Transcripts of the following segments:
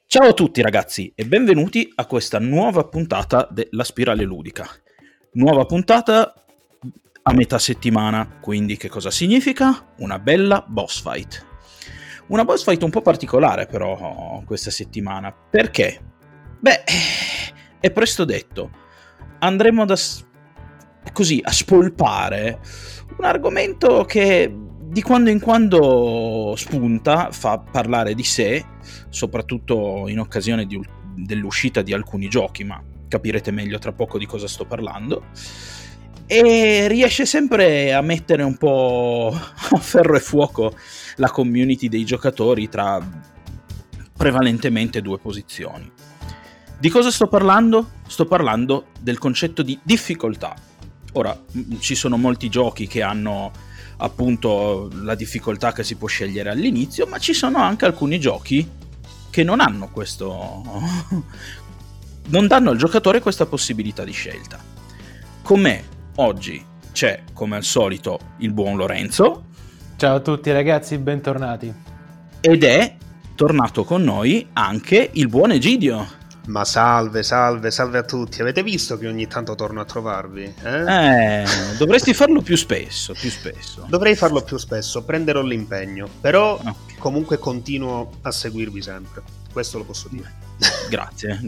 Ciao a tutti ragazzi e benvenuti a questa nuova puntata della Spirale Ludica. Nuova puntata a metà settimana, quindi che cosa significa? Una bella boss fight. Una boss fight un po' particolare però questa settimana. Perché? Beh, è presto detto. Andremo a spolpare un argomento che di quando in quando spunta, fa parlare di sé, soprattutto in occasione dell'uscita di alcuni giochi, ma capirete meglio tra poco di cosa sto parlando, e riesce sempre a mettere un po' a ferro e fuoco la community dei giocatori tra prevalentemente due posizioni. Di cosa sto parlando? Sto parlando del concetto di difficoltà. Ora, ci sono molti giochi che hanno appunto la difficoltà che si può scegliere all'inizio, ma ci sono anche alcuni giochi che non hanno questo non danno al giocatore questa possibilità di scelta. Con me oggi c'è, come al solito, il buon Lorenzo. Ciao a tutti ragazzi, bentornati. Ed è tornato con noi anche il buon Egidio. Ma salve a tutti. Avete visto che ogni tanto torno a trovarvi? Dovresti farlo più spesso. Dovrei farlo più spesso, prenderò l'impegno. Però okay. Comunque continuo a seguirvi sempre. Questo lo posso dire. Grazie.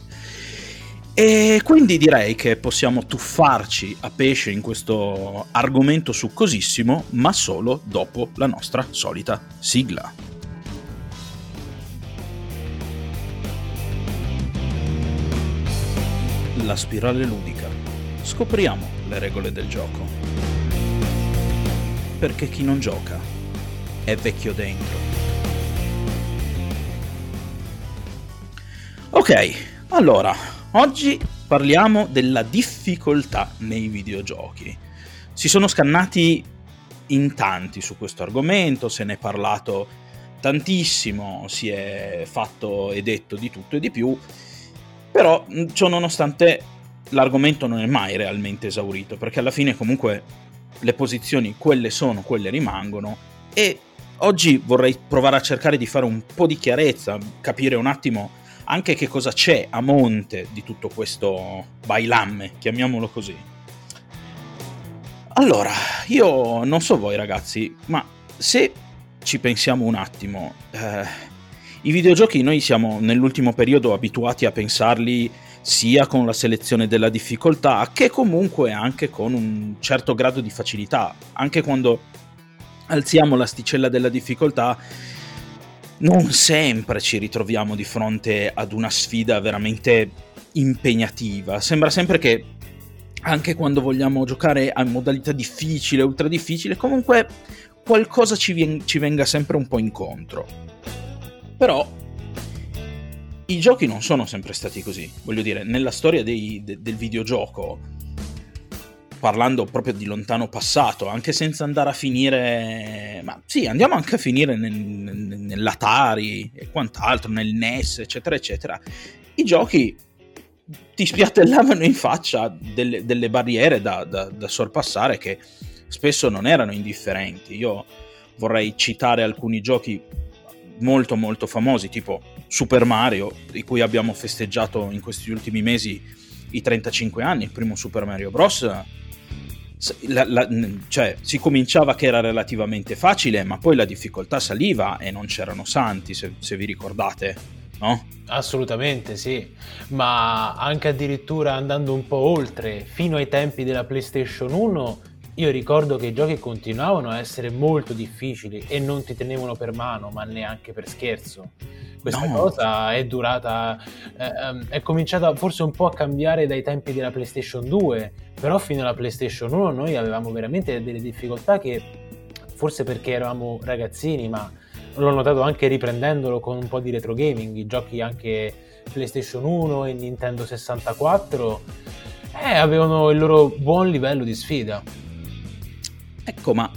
E quindi direi che possiamo tuffarci a pesce in questo argomento succosissimo, ma solo dopo la nostra solita sigla. La Spirale Ludica. Scopriamo le regole del gioco. Perché chi non gioca è vecchio dentro. Ok, allora, oggi parliamo della difficoltà nei videogiochi. Si sono scannati in tanti su questo argomento, se ne è parlato tantissimo, si è fatto e detto di tutto e di più. Però, ciò nonostante, l'argomento non è mai realmente esaurito, perché alla fine comunque le posizioni quelle sono, quelle rimangono, e oggi vorrei provare a cercare di fare un po' di chiarezza, capire un attimo anche che cosa c'è a monte di tutto questo bailamme, chiamiamolo così. Allora, io non so voi ragazzi, ma se ci pensiamo un attimo, i videogiochi noi siamo nell'ultimo periodo abituati a pensarli sia con la selezione della difficoltà che comunque anche con un certo grado di facilità. Anche quando alziamo l'asticella della difficoltà non sempre ci ritroviamo di fronte ad una sfida veramente impegnativa. Sembra sempre che anche quando vogliamo giocare a modalità difficile, ultra difficile, comunque qualcosa ci venga sempre un po' incontro. Però i giochi non sono sempre stati così. Voglio dire, nella storia del videogioco, parlando proprio di lontano passato, anche senza andare a finire, ma sì, andiamo anche a finire nell'Atari e quant'altro, nel NES, eccetera eccetera, i giochi ti spiattellavano in faccia delle barriere da sorpassare che spesso non erano indifferenti. Io vorrei citare alcuni giochi molto molto famosi, tipo Super Mario, di cui abbiamo festeggiato in questi ultimi mesi i 35 anni, il primo Super Mario Bros. Cioè, si cominciava che era relativamente facile, ma poi la difficoltà saliva e non c'erano santi, se vi ricordate, no? Assolutamente sì, ma anche addirittura andando un po' oltre, fino ai tempi della PlayStation 1, io ricordo che i giochi continuavano a essere molto difficili e non ti tenevano per mano, ma neanche per scherzo. Questa cosa è durata, è cominciata forse un po' a cambiare dai tempi della PlayStation 2, però fino alla PlayStation 1 noi avevamo veramente delle difficoltà che, forse perché eravamo ragazzini, ma l'ho notato anche riprendendolo con un po' di retro gaming, i giochi anche PlayStation 1 e Nintendo 64 avevano il loro buon livello di sfida. Ecco, ma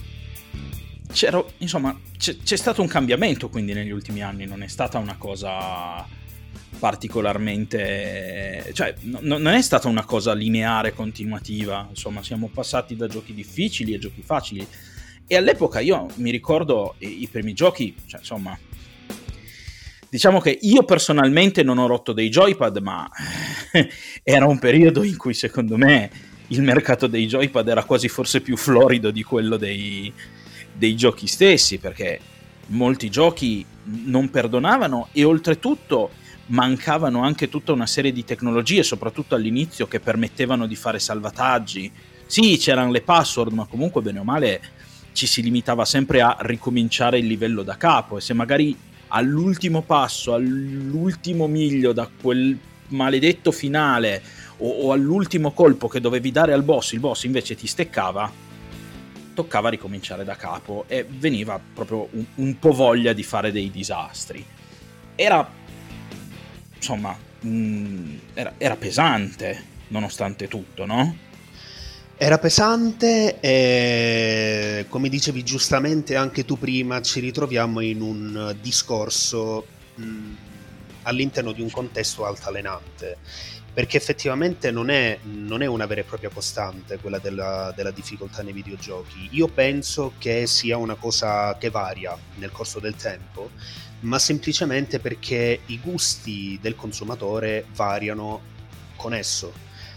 c'è stato un cambiamento quindi negli ultimi anni, non è stata una cosa particolarmente, cioè non è stata una cosa lineare, continuativa, insomma siamo passati da giochi difficili a giochi facili, e all'epoca io mi ricordo i primi giochi, cioè insomma Diciamo che io personalmente non ho rotto dei joypad, ma era un periodo in cui secondo me il mercato dei joypad era quasi forse più florido di quello dei giochi stessi, perché molti giochi non perdonavano e oltretutto mancavano anche tutta una serie di tecnologie, soprattutto all'inizio, che permettevano di fare salvataggi. Sì, c'erano le password, ma comunque bene o male ci si limitava sempre a ricominciare il livello da capo, e se magari all'ultimo passo, all'ultimo miglio da quel maledetto finale o all'ultimo colpo che dovevi dare al boss, il boss invece ti steccava, toccava ricominciare da capo e veniva proprio un po' voglia di fare dei disastri. Era, insomma, era pesante nonostante tutto, no? Era pesante e, come dicevi giustamente anche tu prima, ci ritroviamo in un discorso all'interno di un contesto altalenante, perché effettivamente non è una vera e propria costante quella della difficoltà nei videogiochi. Io penso che sia una cosa che varia nel corso del tempo, ma semplicemente perché i gusti del consumatore variano con esso.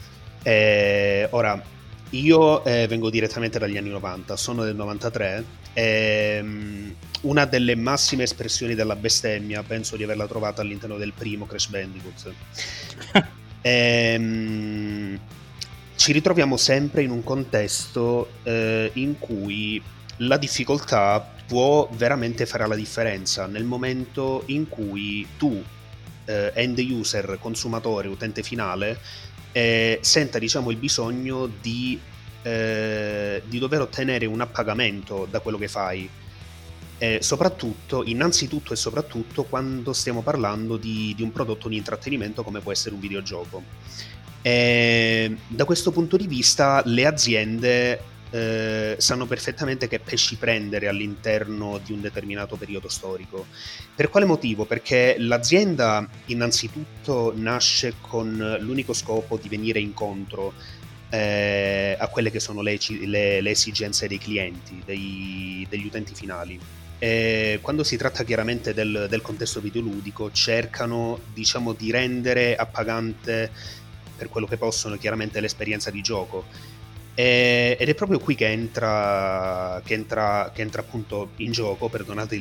Ora, io vengo direttamente dagli anni 90, sono del 93, una delle massime espressioni della bestemmia penso di averla trovata all'interno del primo Crash Bandicoot. Ci ritroviamo sempre in un contesto in cui la difficoltà può veramente fare la differenza nel momento in cui tu, end user, consumatore, utente finale, senta, diciamo, il bisogno di dover ottenere un appagamento da quello che fai, innanzitutto e soprattutto quando stiamo parlando di un prodotto di intrattenimento come può essere un videogioco. Da questo punto di vista le aziende sanno perfettamente che pesci prendere all'interno di un determinato periodo storico. Per quale motivo? Perché l'azienda innanzitutto nasce con l'unico scopo di venire incontro a quelle che sono le esigenze dei clienti, degli utenti finali. Quando si tratta chiaramente del contesto videoludico, cercano, diciamo, di rendere appagante per quello che possono chiaramente l'esperienza di gioco. Ed è proprio qui che entra appunto in gioco, perdonate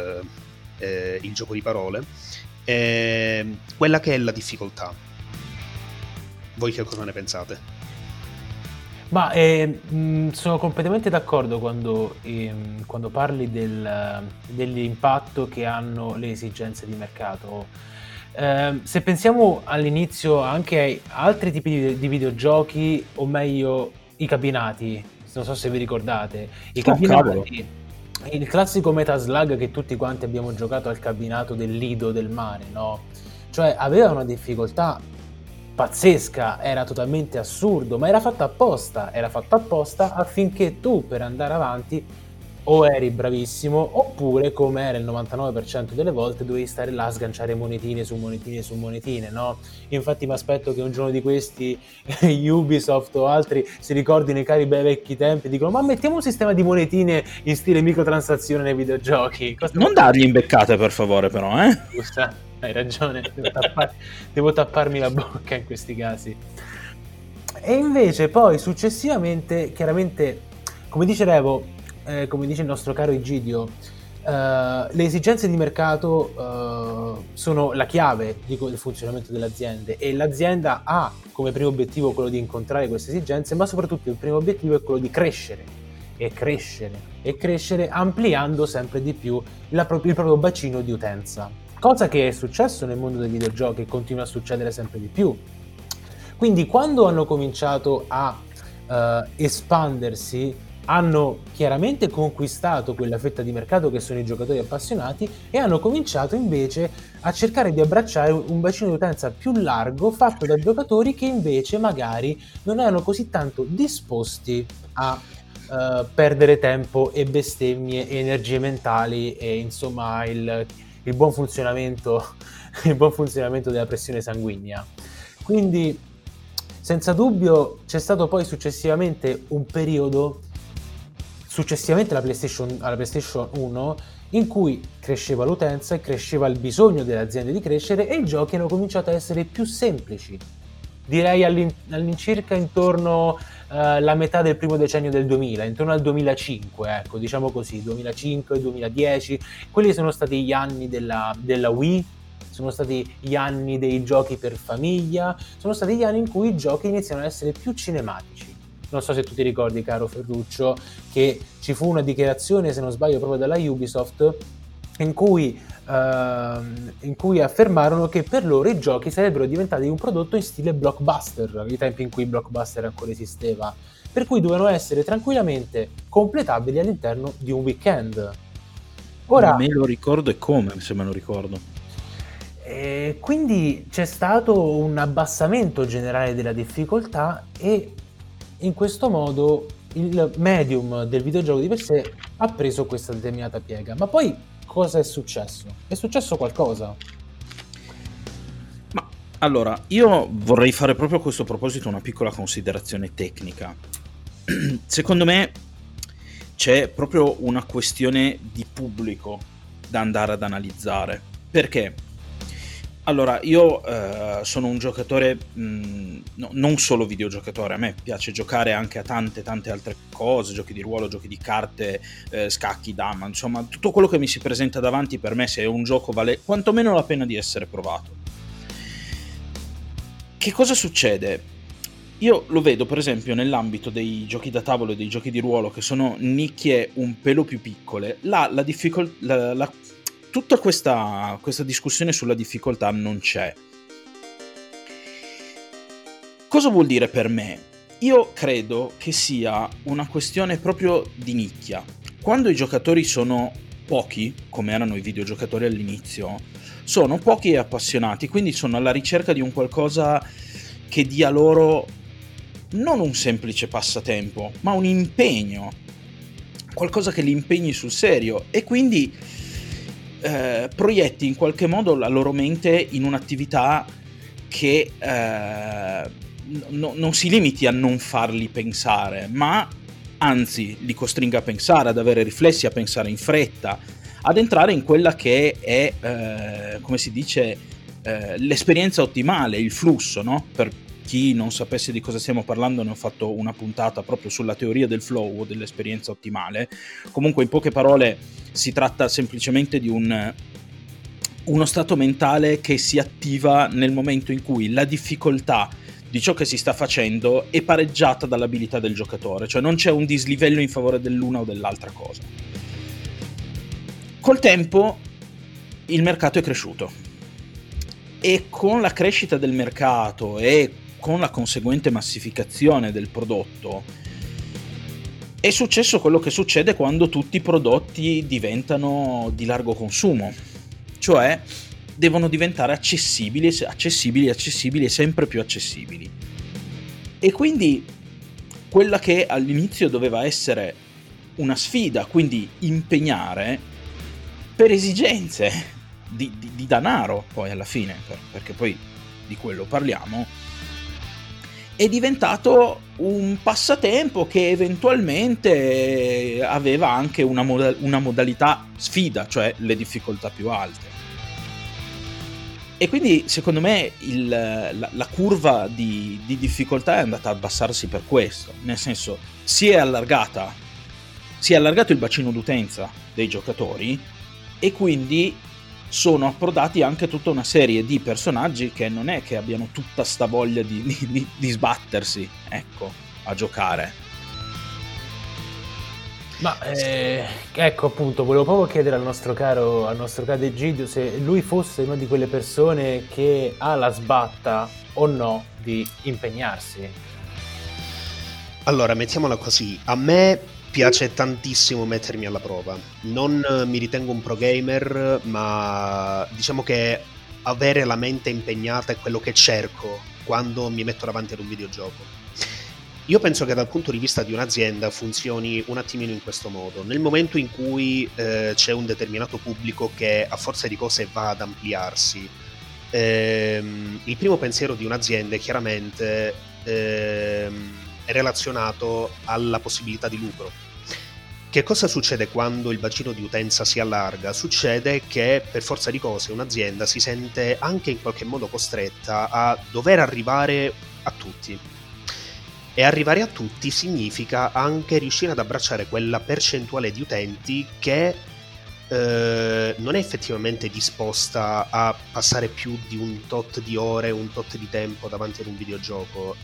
il gioco di parole, quella che è la difficoltà. Voi che cosa ne pensate? Ma sono completamente d'accordo quando parli dell'impatto che hanno le esigenze di mercato. Se pensiamo all'inizio anche ai altri tipi di videogiochi, o meglio i cabinati, non so se vi ricordate, i cabinati, il classico Metaslug che tutti quanti abbiamo giocato al cabinato del lido del mare, no? Cioè aveva una difficoltà pazzesca, era totalmente assurdo, ma era fatto apposta affinché tu, per andare avanti, o eri bravissimo, oppure, come era il 99% delle volte, dovevi stare là a sganciare monetine su monetine, no? Infatti mi aspetto che un giorno di questi Ubisoft o altri si ricordino i cari bei vecchi tempi e dicono: ma mettiamo un sistema di monetine in stile microtransazione nei videogiochi. Non dargli imbeccate, per favore, però, Giusto, hai ragione, devo tapparmi la bocca in questi casi. E invece poi successivamente, chiaramente, come dice Revo, come dice il nostro caro Egidio, le esigenze di mercato sono la chiave del funzionamento delle aziende, e l'azienda ha come primo obiettivo quello di incontrare queste esigenze, ma soprattutto il primo obiettivo è quello di crescere e crescere ampliando sempre di più il proprio bacino di utenza, cosa che è successo nel mondo dei videogiochi e continua a succedere sempre di più. Quindi quando hanno cominciato a espandersi, hanno chiaramente conquistato quella fetta di mercato che sono i giocatori appassionati, e hanno cominciato invece a cercare di abbracciare un bacino di utenza più largo, fatto da giocatori che invece magari non erano così tanto disposti a perdere tempo e bestemmie e energie mentali e insomma il buon funzionamento della pressione sanguigna. Quindi senza dubbio c'è stato poi successivamente un periodo, successivamente alla PlayStation 1, in cui cresceva l'utenza e cresceva il bisogno delle aziende di crescere, e i giochi hanno cominciato a essere più semplici. Direi all'incirca intorno la metà del primo decennio del 2000, intorno al 2005, ecco, diciamo così, 2005-2010. Quelli sono stati gli anni della Wii, sono stati gli anni dei giochi per famiglia, sono stati gli anni in cui i giochi iniziano ad essere più cinematici. Non so se tu ti ricordi, caro Ferruccio, che ci fu una dichiarazione, se non sbaglio, proprio dalla Ubisoft, in cui affermarono che per loro i giochi sarebbero diventati un prodotto in stile blockbuster, ai tempi in cui blockbuster ancora esisteva, per cui dovevano essere tranquillamente completabili all'interno di un weekend. Ora me lo ricordo, e come se me lo ricordo. Quindi c'è stato un abbassamento generale della difficoltà, e in questo modo il medium del videogioco di per sé ha preso questa determinata piega. Ma poi cosa è successo? È successo qualcosa? Ma allora, io vorrei fare proprio a questo proposito una piccola considerazione tecnica. Secondo me c'è proprio una questione di pubblico da andare ad analizzare. Perché? Allora, io sono un giocatore, non solo videogiocatore, a me piace giocare anche a tante altre cose, giochi di ruolo, giochi di carte, scacchi, dama, insomma, tutto quello che mi si presenta davanti, per me, se è un gioco, vale quantomeno la pena di essere provato. Che cosa succede? Io lo vedo, per esempio, nell'ambito dei giochi da tavolo e dei giochi di ruolo, che sono nicchie un pelo più piccole, tutta questa discussione sulla difficoltà non c'è. Cosa vuol dire per me? Io credo che sia una questione proprio di nicchia. Quando i giocatori sono pochi, come erano i videogiocatori all'inizio, sono pochi e appassionati, quindi sono alla ricerca di un qualcosa che dia loro non un semplice passatempo, ma un impegno, qualcosa che li impegni sul serio, e quindi proietti in qualche modo la loro mente in un'attività che non si limiti a non farli pensare, ma anzi li costringa a pensare, ad avere riflessi, a pensare in fretta, ad entrare in quella che è, come si dice, l'esperienza ottimale, il flusso, no? Per chi non sapesse di cosa stiamo parlando, ne ho fatto una puntata proprio sulla teoria del flow o dell'esperienza ottimale. Comunque, in poche parole, si tratta semplicemente di uno stato mentale che si attiva nel momento in cui la difficoltà di ciò che si sta facendo è pareggiata dall'abilità del giocatore, cioè non c'è un dislivello in favore dell'una o dell'altra cosa. Col tempo il mercato è cresciuto, e con la crescita del mercato e con la conseguente massificazione del prodotto è successo quello che succede quando tutti i prodotti diventano di largo consumo, cioè devono diventare accessibili e sempre più accessibili. E quindi quella che all'inizio doveva essere una sfida, quindi impegnare per esigenze di denaro, poi alla fine, perché poi di quello parliamo, è diventato un passatempo che eventualmente aveva anche una modalità sfida, cioè le difficoltà più alte. E quindi secondo me la curva di difficoltà è andata a abbassarsi per questo, nel senso si è allargato il bacino d'utenza dei giocatori, e quindi sono approdati anche tutta una serie di personaggi che non è che abbiano tutta sta voglia di sbattersi, ecco, a giocare. Ma ecco, appunto, volevo proprio chiedere al nostro caro Egidio se lui fosse una di quelle persone che ha la sbatta o no di impegnarsi. Allora, mettiamola così, a me piace tantissimo mettermi alla prova. Non mi ritengo un pro gamer, ma diciamo che avere la mente impegnata è quello che cerco quando mi metto davanti ad un videogioco. Io penso che dal punto di vista di un'azienda funzioni un attimino in questo modo. Nel momento in cui c'è un determinato pubblico che a forza di cose va ad ampliarsi, il primo pensiero di un'azienda è chiaramente relazionato alla possibilità di lucro. Che cosa succede quando il bacino di utenza si allarga? Succede che per forza di cose un'azienda si sente anche in qualche modo costretta a dover arrivare a tutti. E arrivare a tutti significa anche riuscire ad abbracciare quella percentuale di utenti che non è effettivamente disposta a passare più di un tot di ore, un tot di tempo davanti ad un videogioco.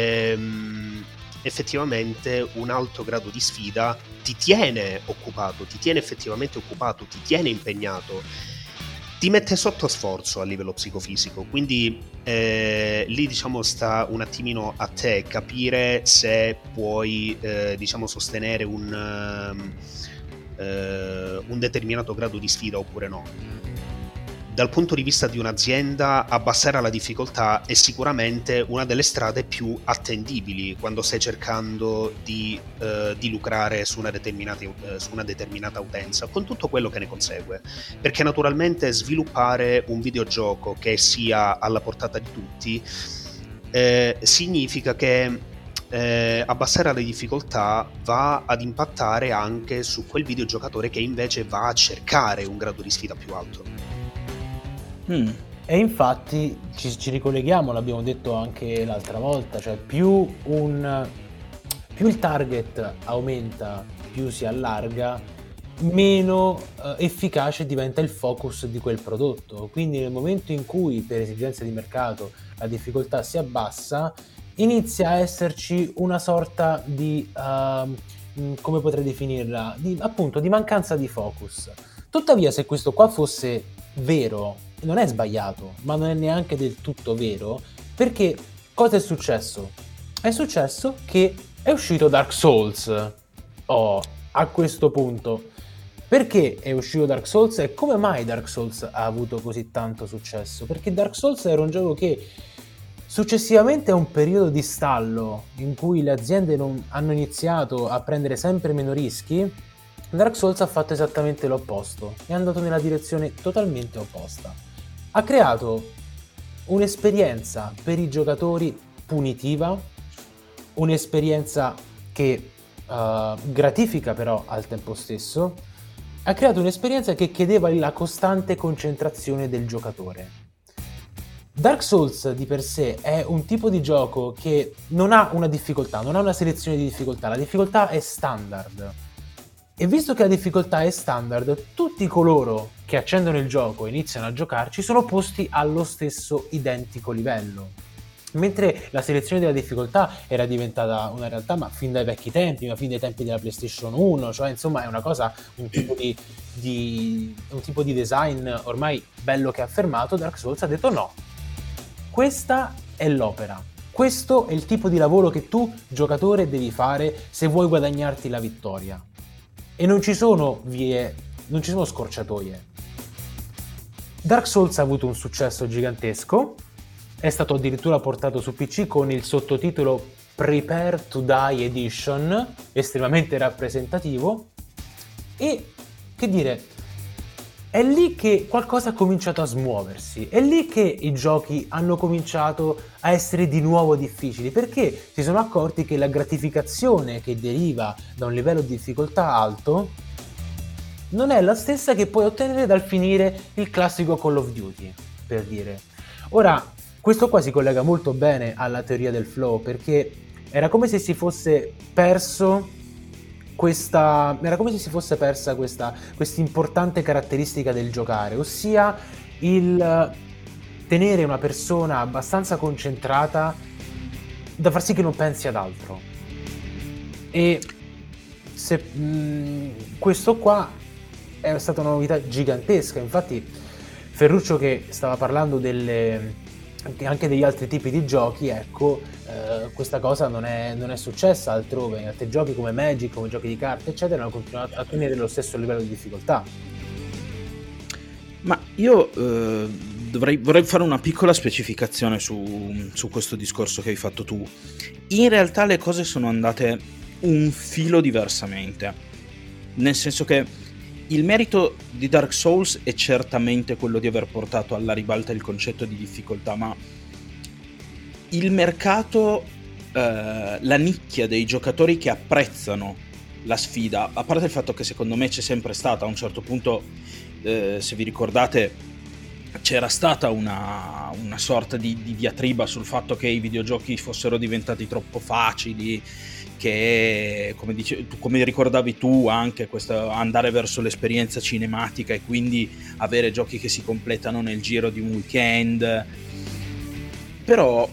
Effettivamente un alto grado di sfida ti tiene occupato, ti tiene effettivamente occupato, ti tiene impegnato, ti mette sotto sforzo a livello psicofisico, quindi lì diciamo sta un attimino a te capire se puoi diciamo sostenere un determinato grado di sfida oppure no. Dal punto di vista di un'azienda, abbassare la difficoltà è sicuramente una delle strade più attendibili quando stai cercando di lucrare su una determinata utenza, con tutto quello che ne consegue. Perché naturalmente sviluppare un videogioco che sia alla portata di tutti significa che abbassare la difficoltà va ad impattare anche su quel videogiocatore che invece va a cercare un grado di sfida più alto. E infatti ci ricolleghiamo, l'abbiamo detto anche l'altra volta, cioè più il target aumenta, più si allarga, meno efficace diventa il focus di quel prodotto. Quindi nel momento in cui per esigenze di mercato la difficoltà si abbassa, inizia a esserci una sorta di come potrei definirla, appunto di mancanza di focus. Tuttavia, se questo qua fosse vero, non è sbagliato, ma non è neanche del tutto vero, perché cosa è successo? È successo che è uscito Dark Souls. A questo punto, perché è uscito Dark Souls e come mai Dark Souls ha avuto così tanto successo? Perché Dark Souls era un gioco che successivamente a un periodo di stallo in cui le aziende non hanno iniziato a prendere sempre meno rischi, Dark Souls ha fatto esattamente l'opposto, è andato nella direzione totalmente opposta. Ha creato un'esperienza per i giocatori punitiva, un'esperienza che gratifica però al tempo stesso, ha creato un'esperienza che chiedeva la costante concentrazione del giocatore. Dark Souls di per sé è un tipo di gioco che non ha una difficoltà, non ha una selezione di difficoltà, la difficoltà è standard. E visto che la difficoltà è standard, tutti coloro che accendono il gioco e iniziano a giocarci sono posti allo stesso identico livello. Mentre la selezione della difficoltà era diventata una realtà, ma fin dai vecchi tempi, ma fin dai tempi della PlayStation 1, cioè insomma è una cosa, un tipo di design ormai bello che ha affermato. Dark Souls ha detto no, questa è l'opera, questo è il tipo di lavoro che tu, giocatore, devi fare se vuoi guadagnarti la vittoria. E non ci sono vie, non ci sono scorciatoie. Dark Souls ha avuto un successo gigantesco, è stato addirittura portato su PC con il sottotitolo Prepare to Die Edition, estremamente rappresentativo, e che dire, è lì che qualcosa ha cominciato a smuoversi, è lì che i giochi hanno cominciato a essere di nuovo difficili, perché si sono accorti che la gratificazione che deriva da un livello di difficoltà alto non è la stessa che puoi ottenere dal finire il classico Call of Duty, per dire. Ora, questo qua si collega molto bene alla teoria del flow, perché era come se si fosse persa questa importante caratteristica del giocare, ossia il tenere una persona abbastanza concentrata da far sì che non pensi ad altro. E questo qua è stata una novità gigantesca. Infatti Ferruccio, che stava parlando anche degli altri tipi di giochi, ecco, questa cosa non è successa altrove. In altri giochi come Magic, come giochi di carte eccetera, hanno continuato a tenere lo stesso livello di difficoltà. Ma io vorrei fare una piccola specificazione su questo discorso che hai fatto tu. In realtà le cose sono andate un filo diversamente, nel senso che il merito di Dark Souls è certamente quello di aver portato alla ribalta il concetto di difficoltà, ma il mercato, la nicchia dei giocatori che apprezzano la sfida, a parte il fatto che secondo me c'è sempre stata a un certo punto, se vi ricordate, c'era stata una sorta di diatriba sul fatto che i videogiochi fossero diventati troppo facili, che come ricordavi tu, anche questo andare verso l'esperienza cinematica e quindi avere giochi che si completano nel giro di un weekend. Però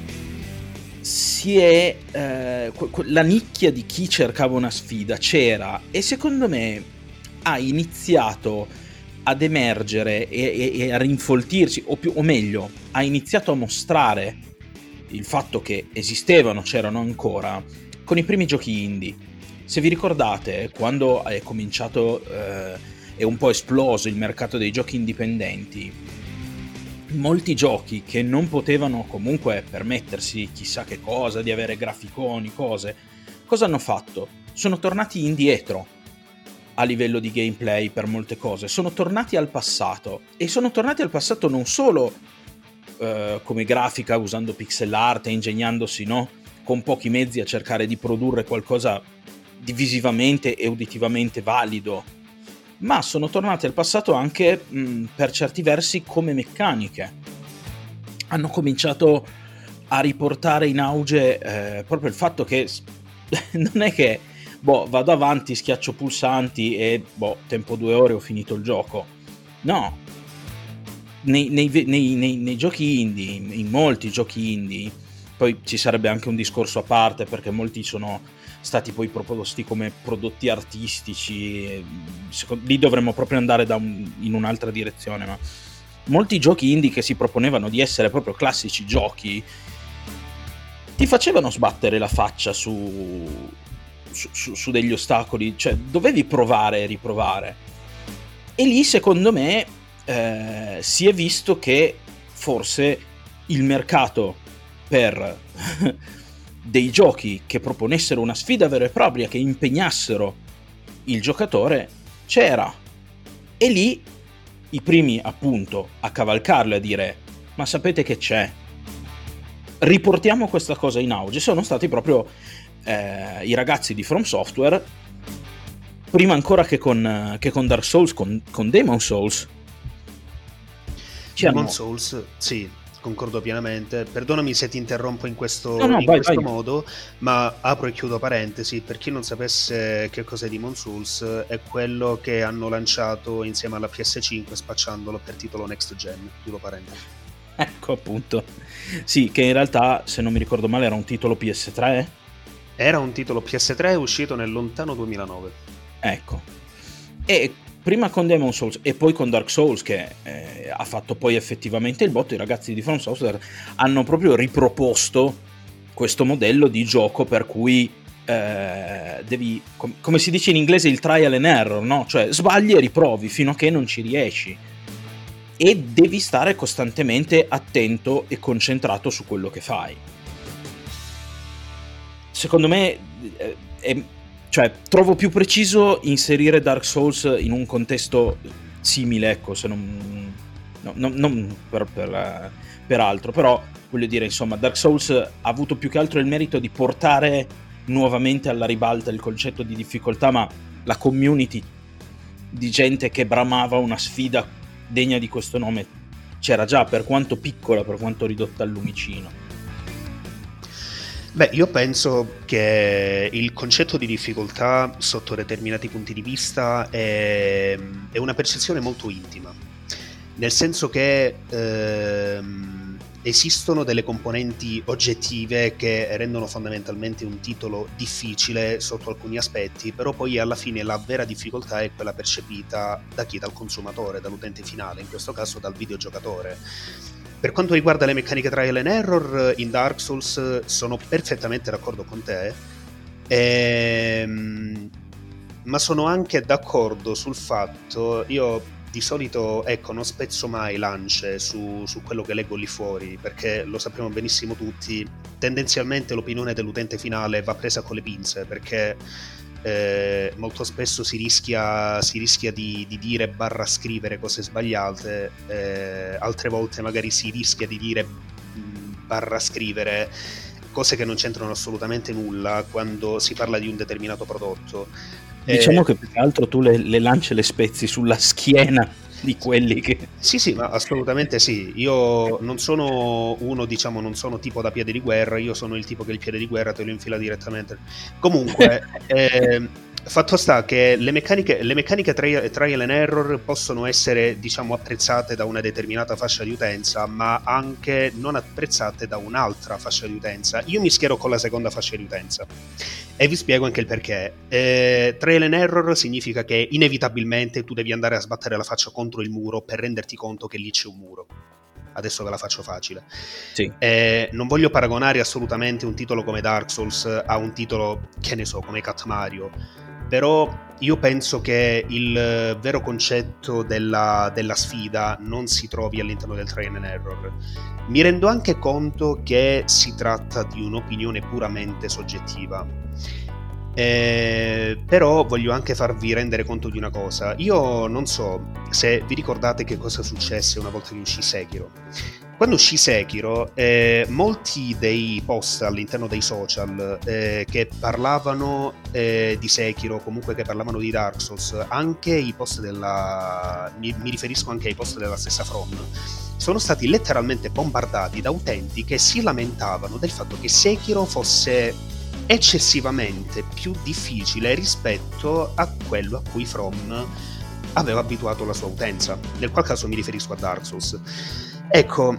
la nicchia di chi cercava una sfida c'era, e secondo me ha iniziato ad emergere e a rinfoltirsi, o meglio, ha iniziato a mostrare il fatto che esistevano, c'erano ancora, con i primi giochi indie. Se vi ricordate, quando è cominciato è un po' esploso il mercato dei giochi indipendenti, molti giochi che non potevano comunque permettersi chissà che cosa, di avere graficoni, cosa hanno fatto? Sono tornati indietro a livello di gameplay per molte cose, sono tornati al passato, e sono tornati al passato non solo come grafica, usando pixel art e ingegnandosi, no, con pochi mezzi a cercare di produrre qualcosa di visivamente e uditivamente valido, ma sono tornati al passato anche per certi versi come meccaniche. Hanno cominciato a riportare in auge proprio il fatto che non è che vado avanti, schiaccio pulsanti e tempo 2 ore ho finito il gioco. No, nei giochi indie, in molti giochi indie, poi ci sarebbe anche un discorso a parte, perché molti sono stati poi proposti come prodotti artistici, lì dovremmo proprio andare in un'altra direzione, ma molti giochi indie che si proponevano di essere proprio classici giochi ti facevano sbattere la faccia su degli ostacoli, cioè dovevi provare e riprovare, e lì secondo me si è visto che forse il mercato per dei giochi che proponessero una sfida vera e propria, che impegnassero il giocatore, c'era, e lì i primi appunto a cavalcarlo e a dire ma sapete che c'è, riportiamo questa cosa in auge, sono stati proprio i ragazzi di From Software, prima ancora che con Dark Souls, con Demon Souls. Demon Souls, sì, concordo pienamente. Perdonami se ti interrompo in questo vai. modo, ma apro e chiudo parentesi. Per chi non sapesse che cos'è Demon Souls, è quello che hanno lanciato insieme alla PS5 spacciandolo per titolo next gen, chiudo parentesi. Ecco, appunto. Sì, che in realtà, se non mi ricordo male, era un titolo PS3. Era un titolo PS3 uscito nel lontano 2009. Ecco. E prima con Demon Souls e poi con Dark Souls, che ha fatto poi effettivamente il botto, i ragazzi di From Software hanno proprio riproposto questo modello di gioco per cui devi, come si dice in inglese, il trial and error, no? Cioè sbagli e riprovi fino a che non ci riesci, e devi stare costantemente attento e concentrato su quello che fai. Secondo me cioè trovo più preciso inserire Dark Souls in un contesto simile, ecco, se non per altro, però voglio dire, insomma, Dark Souls ha avuto più che altro il merito di portare nuovamente alla ribalta il concetto di difficoltà, ma la community di gente che bramava una sfida degna di questo nome c'era già, per quanto piccola, per quanto ridotta al lumicino. Beh, io penso che il concetto di difficoltà sotto determinati punti di vista è una percezione molto intima, nel senso che esistono delle componenti oggettive che rendono fondamentalmente un titolo difficile sotto alcuni aspetti, però poi alla fine la vera difficoltà è quella percepita da chi? Dal consumatore, dall'utente finale, in questo caso dal videogiocatore. Per quanto riguarda le meccaniche trial and error, in Dark Souls sono perfettamente d'accordo con te, ma sono anche d'accordo sul fatto, io di solito non spezzo mai lance su quello che leggo lì fuori, perché lo sappiamo benissimo tutti, tendenzialmente l'opinione dell'utente finale va presa con le pinze, perché molto spesso si rischia di dire / scrivere cose sbagliate, altre volte magari si rischia di dire / scrivere cose che non c'entrano assolutamente nulla quando si parla di un determinato prodotto. Diciamo che più che altro tu le lanci le spezie sulla schiena di quelli che... Sì, ma assolutamente sì. Io non sono uno, diciamo, non sono tipo da piede di guerra, io sono il tipo che il piede di guerra te lo infila direttamente. Comunque, fatto sta che le meccaniche trial and error possono essere, diciamo, apprezzate da una determinata fascia di utenza, ma anche non apprezzate da un'altra fascia di utenza. Io mi schiero con la seconda fascia di utenza e vi spiego anche il perché. Trial and error significa che inevitabilmente tu devi andare a sbattere la faccia contro il muro per renderti conto che lì c'è un muro. Adesso ve la faccio facile. Sì. Non voglio paragonare assolutamente un titolo come Dark Souls a un titolo, che ne so, come Cat Mario, però io penso che il vero concetto della sfida non si trovi all'interno del trial and error. Mi rendo anche conto che si tratta di un'opinione puramente soggettiva, però voglio anche farvi rendere conto di una cosa. Io non so se vi ricordate che cosa successe una volta che uscì Sekiro. Quando uscì Sekiro, molti dei post all'interno dei social che parlavano di Sekiro, comunque che parlavano di Dark Souls, anche i post mi riferisco anche ai post della stessa From, sono stati letteralmente bombardati da utenti che si lamentavano del fatto che Sekiro fosse eccessivamente più difficile rispetto a quello a cui From aveva abituato la sua utenza, nel qual caso mi riferisco a Dark Souls. Ecco,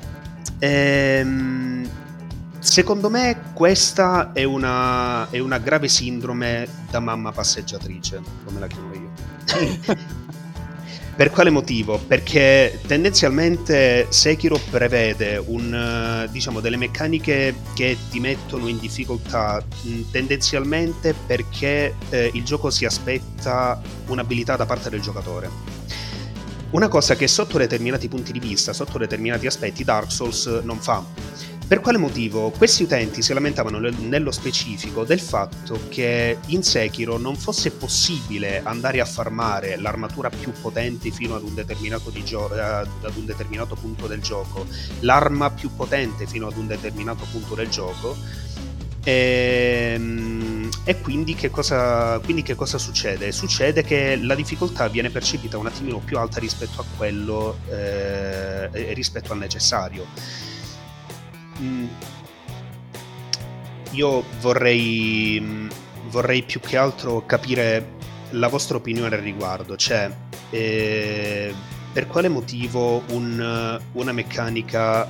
secondo me questa è una grave sindrome da mamma passeggiatrice, come la chiamo io. Per quale motivo? Perché tendenzialmente Sekiro prevede diciamo, delle meccaniche che ti mettono in difficoltà, tendenzialmente perché il gioco si aspetta un'abilità da parte del giocatore. Una cosa che sotto determinati punti di vista, sotto determinati aspetti, Dark Souls non fa. Per quale motivo? Questi utenti si lamentavano nello specifico del fatto che in Sekiro non fosse possibile andare a farmare l'armatura più potente fino ad un determinato punto del gioco, l'arma più potente fino ad un determinato punto del gioco. E quindi che cosa succede? Succede che la difficoltà viene percepita un attimino più alta rispetto a quello rispetto al necessario. Io vorrei più che altro capire la vostra opinione al riguardo, cioè per quale motivo una meccanica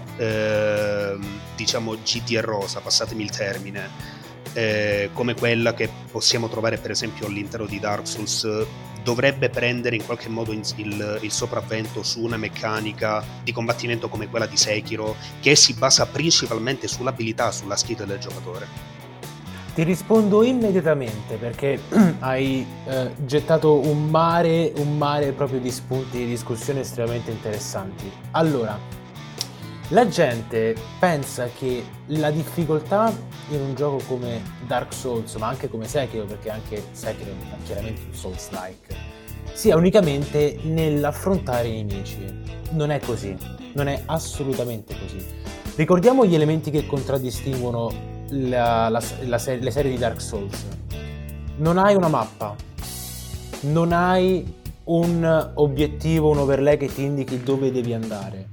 diciamo GTR-osa, passatemi il termine, come quella che possiamo trovare per esempio all'interno di Dark Souls, dovrebbe prendere in qualche modo il sopravvento su una meccanica di combattimento come quella di Sekiro, che si basa principalmente sull'abilità, sulla skill del giocatore? Ti rispondo immediatamente, perché hai gettato un mare proprio di spunti di discussione estremamente interessanti. Allora, la gente pensa che la difficoltà in un gioco come Dark Souls, ma anche come Sekiro, perché anche Sekiro è chiaramente un Souls-like, sia unicamente nell'affrontare i nemici. Non è così, non è assolutamente così. Ricordiamo gli elementi che contraddistinguono le serie di Dark Souls. Non hai una mappa, non hai un obiettivo, un overlay che ti indichi dove devi andare.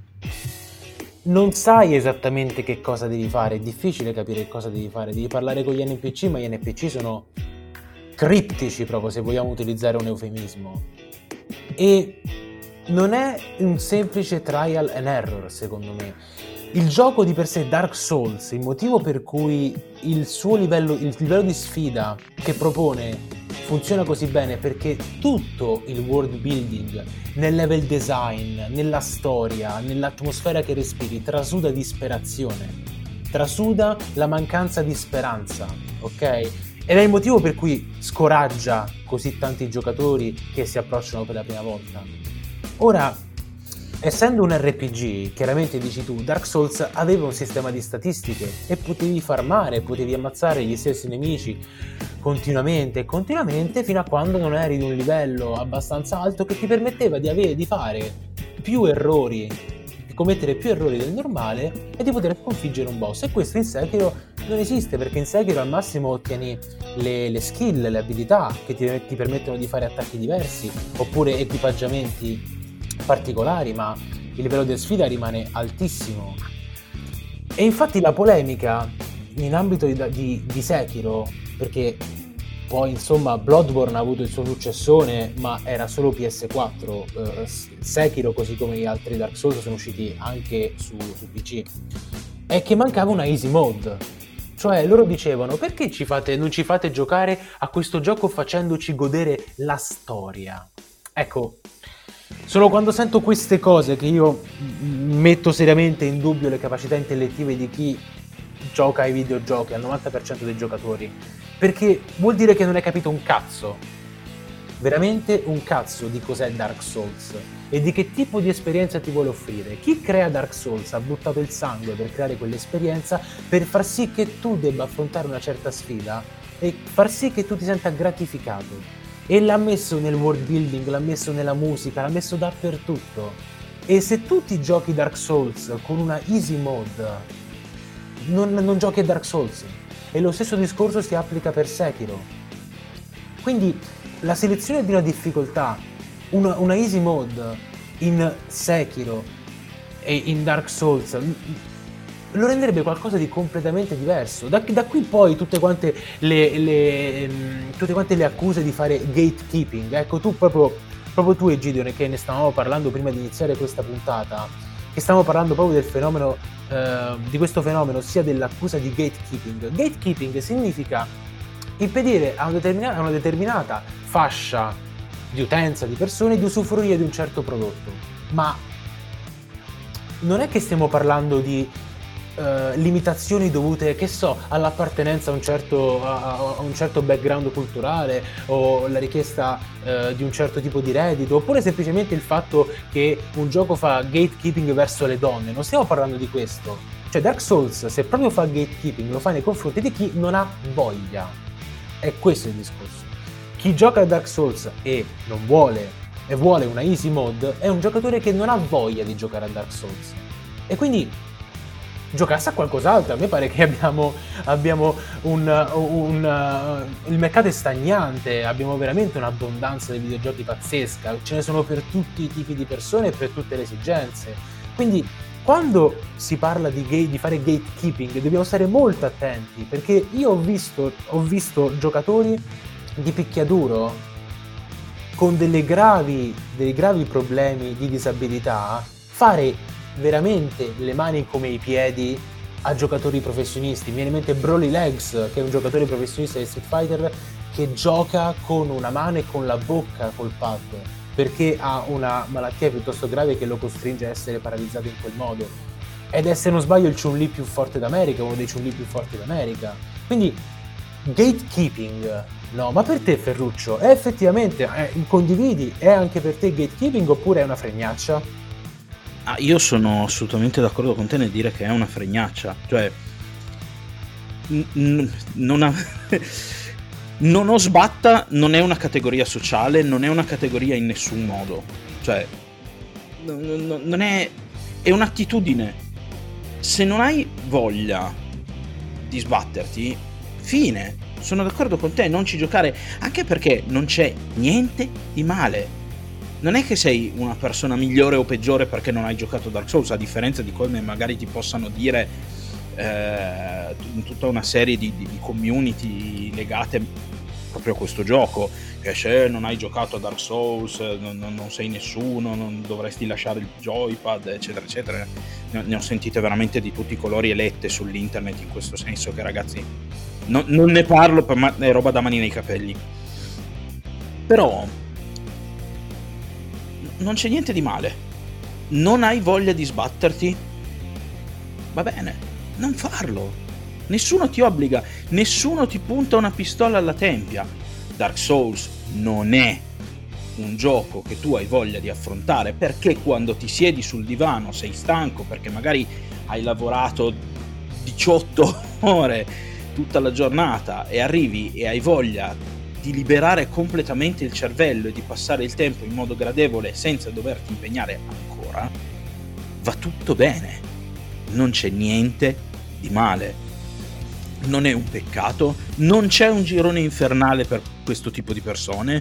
Non sai esattamente che cosa devi fare, è difficile capire cosa devi fare, devi parlare con gli NPC, ma gli NPC sono criptici, proprio, se vogliamo utilizzare un eufemismo. E non è un semplice trial and error, secondo me. Il gioco di per sé, Dark Souls, il motivo per cui il livello di sfida che propone funziona così bene, perché tutto il world building, nel level design, nella storia, nell'atmosfera che respiri, trasuda disperazione, trasuda la mancanza di speranza, ok? Ed è il motivo per cui scoraggia così tanti giocatori che si approcciano per la prima volta. Ora, essendo un RPG, chiaramente dici tu, Dark Souls aveva un sistema di statistiche e potevi farmare, potevi ammazzare gli stessi nemici continuamente fino a quando non eri di un livello abbastanza alto che ti permetteva di fare più errori commettere più errori del normale e di poter sconfiggere un boss. E questo in Sekiro non esiste, perché in Sekiro al massimo ottieni le skill, le abilità che ti permettono di fare attacchi diversi oppure equipaggiamenti particolari, ma il livello di sfida rimane altissimo. E infatti la polemica in ambito di Sekiro, perché poi insomma Bloodborne ha avuto il suo successone ma era solo PS4, Sekiro così come gli altri Dark Souls sono usciti anche su PC, è che mancava una easy mode. Cioè loro dicevano: perché non ci fate giocare a questo gioco facendoci godere la storia? Ecco, solo quando sento queste cose che io metto seriamente in dubbio le capacità intellettive di chi gioca ai videogiochi, al 90% dei giocatori, perché vuol dire che non hai capito un cazzo, veramente un cazzo di cos'è Dark Souls e di che tipo di esperienza ti vuole offrire. Chi crea Dark Souls ha buttato il sangue per creare quell'esperienza, per far sì che tu debba affrontare una certa sfida e far sì che tu ti senta gratificato. E l'ha messo nel world building, l'ha messo nella musica, l'ha messo dappertutto. E se tu ti giochi Dark Souls con una easy mode, non giochi a Dark Souls. E lo stesso discorso si applica per Sekiro. Quindi la selezione di una difficoltà, una easy mode in Sekiro e in Dark Souls lo renderebbe qualcosa di completamente diverso. Da qui poi tutte quante le accuse di fare gatekeeping. Ecco, proprio tu e Gideon, che ne stavamo parlando prima di iniziare questa puntata, che stavamo parlando proprio del fenomeno, di questo fenomeno, sia dell'accusa di gatekeeping. Gatekeeping significa impedire a una determinata fascia di utenza, di persone, di usufruire di un certo prodotto. Ma non è che stiamo parlando di limitazioni dovute, che so, all'appartenenza a un certo background culturale o la richiesta di un certo tipo di reddito, oppure semplicemente il fatto che un gioco fa gatekeeping verso le donne. Non stiamo parlando di questo. Cioè Dark Souls, se proprio fa gatekeeping, lo fa nei confronti di chi non ha voglia. È questo il discorso. Chi gioca a Dark Souls e non vuole una easy mode è un giocatore che non ha voglia di giocare a Dark Souls. E quindi giocasse a qualcos'altro. A me pare che abbiamo il mercato è stagnante, abbiamo veramente un'abbondanza di videogiochi pazzesca, ce ne sono per tutti i tipi di persone e per tutte le esigenze. Quindi quando si parla di fare gatekeeping dobbiamo stare molto attenti, perché io ho visto giocatori di picchiaduro con dei gravi problemi di disabilità fare veramente le mani come i piedi a giocatori professionisti. Mi viene in mente Broly Legs, che è un giocatore professionista di Street Fighter che gioca con una mano e con la bocca col pad, perché ha una malattia piuttosto grave che lo costringe a essere paralizzato in quel modo. Ed è, se non sbaglio, il Chun-Li più forte d'America, uno dei Chun-Li più forti d'America. Quindi gatekeeping, no? Ma per te, Ferruccio, è effettivamente, condividi, è anche per te gatekeeping oppure è una fregnaccia? Io sono assolutamente d'accordo con te nel dire che è una fregnaccia. Cioè non ho sbatta, non è una categoria sociale, non è una categoria in nessun modo. Cioè non è un'attitudine. Se non hai voglia di sbatterti, fine. Sono d'accordo con te, non ci giocare, anche perché non c'è niente di male. Non è che sei una persona migliore o peggiore perché non hai giocato Dark Souls, a differenza di come magari ti possano dire in tutta una serie di community legate proprio a questo gioco, che se non hai giocato a Dark Souls non sei nessuno, non dovresti lasciare il joypad, eccetera eccetera. Ne ho sentite veramente di tutti i colori e lette sull'internet in questo senso, che ragazzi non ne parlo, ma è roba da mani nei capelli. Però non c'è niente di male. Non hai voglia di sbatterti? Va bene, non farlo. Nessuno ti obbliga, nessuno ti punta una pistola alla tempia. Dark Souls non è un gioco che tu hai voglia di affrontare perché quando ti siedi sul divano sei stanco, perché magari hai lavorato 18 ore tutta la giornata e arrivi e hai voglia di liberare completamente il cervello e di passare il tempo in modo gradevole senza doverti impegnare ancora. va tutto bene, non c'è niente di male, non è un peccato, non c'è un girone infernale per questo tipo di persone.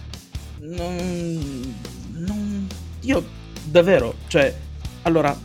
Io davvero, cioè, allora,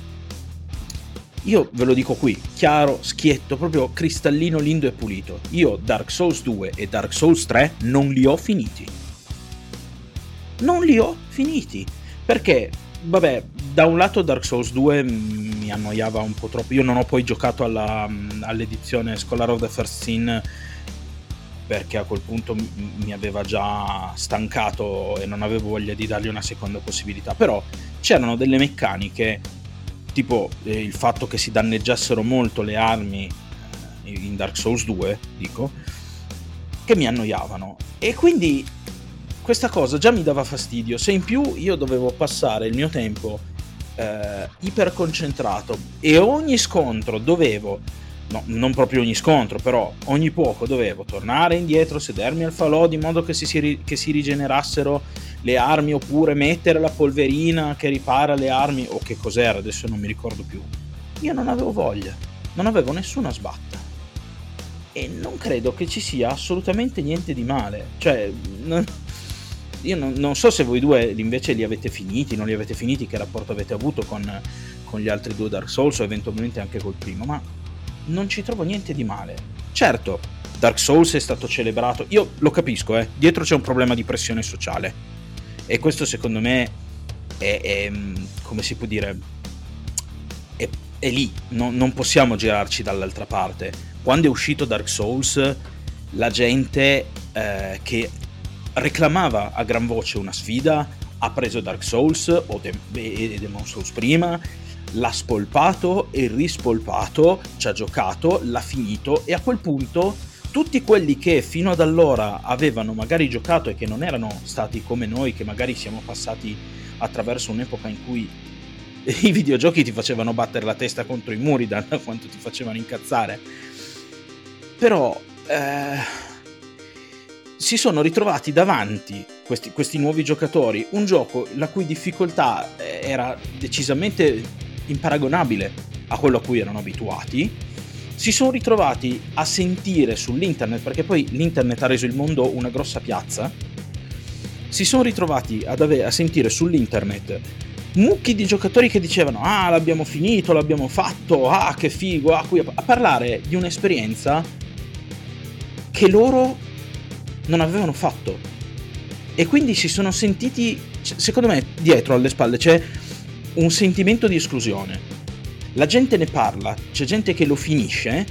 io ve lo dico qui, chiaro, schietto, proprio cristallino, lindo e pulito. Io Dark Souls 2 e Dark Souls 3 non li ho finiti. Non li ho finiti. Perché, vabbè, da un lato Dark Souls 2 mi annoiava un po' troppo. Io non ho poi giocato all'edizione Scholar of the First Sin, perché a quel punto mi aveva già stancato e non avevo voglia di dargli una seconda possibilità. Però c'erano delle meccaniche, tipo il fatto che si danneggiassero molto le armi in Dark Souls 2, dico, che mi annoiavano. E quindi questa cosa già mi dava fastidio. Se in più io dovevo passare il mio tempo iperconcentrato e ogni scontro dovevo, no, non proprio ogni scontro, però ogni poco dovevo tornare indietro, sedermi al falò di modo che si rigenerassero le armi, oppure mettere la polverina che ripara le armi, o che cos'era, adesso non mi ricordo più. Io non avevo voglia, non avevo nessuna sbatta, e non credo che ci sia assolutamente niente di male. Cioè, io non so se voi due invece li avete finiti, non li avete finiti, che rapporto avete avuto con gli altri due Dark Souls, o eventualmente anche col primo, ma non ci trovo niente di male. Certo, Dark Souls è stato celebrato, io lo capisco, dietro c'è un problema di pressione sociale, e questo secondo me è come si può dire, è lì, non possiamo girarci dall'altra parte. Quando è uscito Dark Souls, la gente che reclamava a gran voce una sfida ha preso Dark Souls o Demon Souls prima, l'ha spolpato e rispolpato, ci ha giocato, l'ha finito, e a quel punto tutti quelli che fino ad allora avevano magari giocato e che non erano stati come noi, che magari siamo passati attraverso un'epoca in cui i videogiochi ti facevano battere la testa contro i muri da quanto ti facevano incazzare, però si sono ritrovati davanti questi nuovi giocatori un gioco la cui difficoltà era decisamente imparagonabile a quello a cui erano abituati. Si sono ritrovati a sentire sull'internet, perché poi l'internet ha reso il mondo una grossa piazza, si sono ritrovati a sentire sull'internet mucchi di giocatori che dicevano l'abbiamo finito, l'abbiamo fatto, che figo, a parlare di un'esperienza che loro non avevano fatto, e quindi si sono sentiti, secondo me dietro alle spalle c'è un sentimento di esclusione. La gente ne parla, c'è gente che lo finisce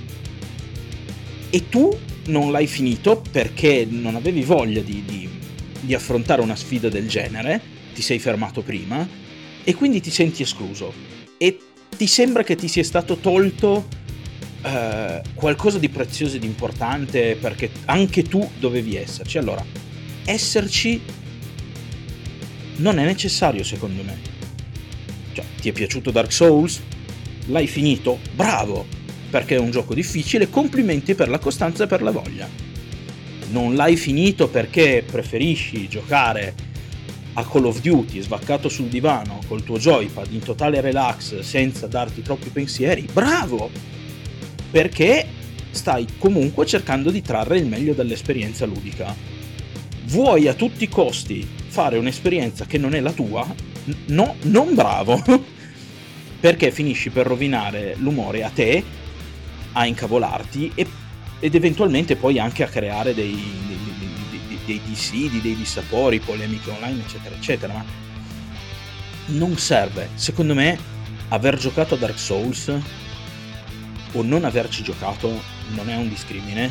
e tu non l'hai finito perché non avevi voglia di affrontare una sfida del genere, ti sei fermato prima e quindi ti senti escluso e ti sembra che ti sia stato tolto qualcosa di prezioso e di importante, perché anche tu dovevi esserci. Allora, esserci non è necessario, secondo me. Cioè, ti è piaciuto Dark Souls? L'hai finito? Bravo! Perché è un gioco difficile, complimenti per la costanza e per la voglia. Non l'hai finito perché preferisci giocare a Call of Duty svaccato sul divano col tuo joypad in totale relax senza darti troppi pensieri? Bravo! Perché stai comunque cercando di trarre il meglio dall'esperienza ludica. Vuoi a tutti i costi fare un'esperienza che non è la tua? No, non bravo! Perché finisci per rovinare l'umore a te, a incavolarti ed eventualmente poi anche a creare dei dissidi, dei dissapori, polemiche online, eccetera, eccetera. Ma non serve. Secondo me, aver giocato a Dark Souls o non averci giocato non è un discrimine,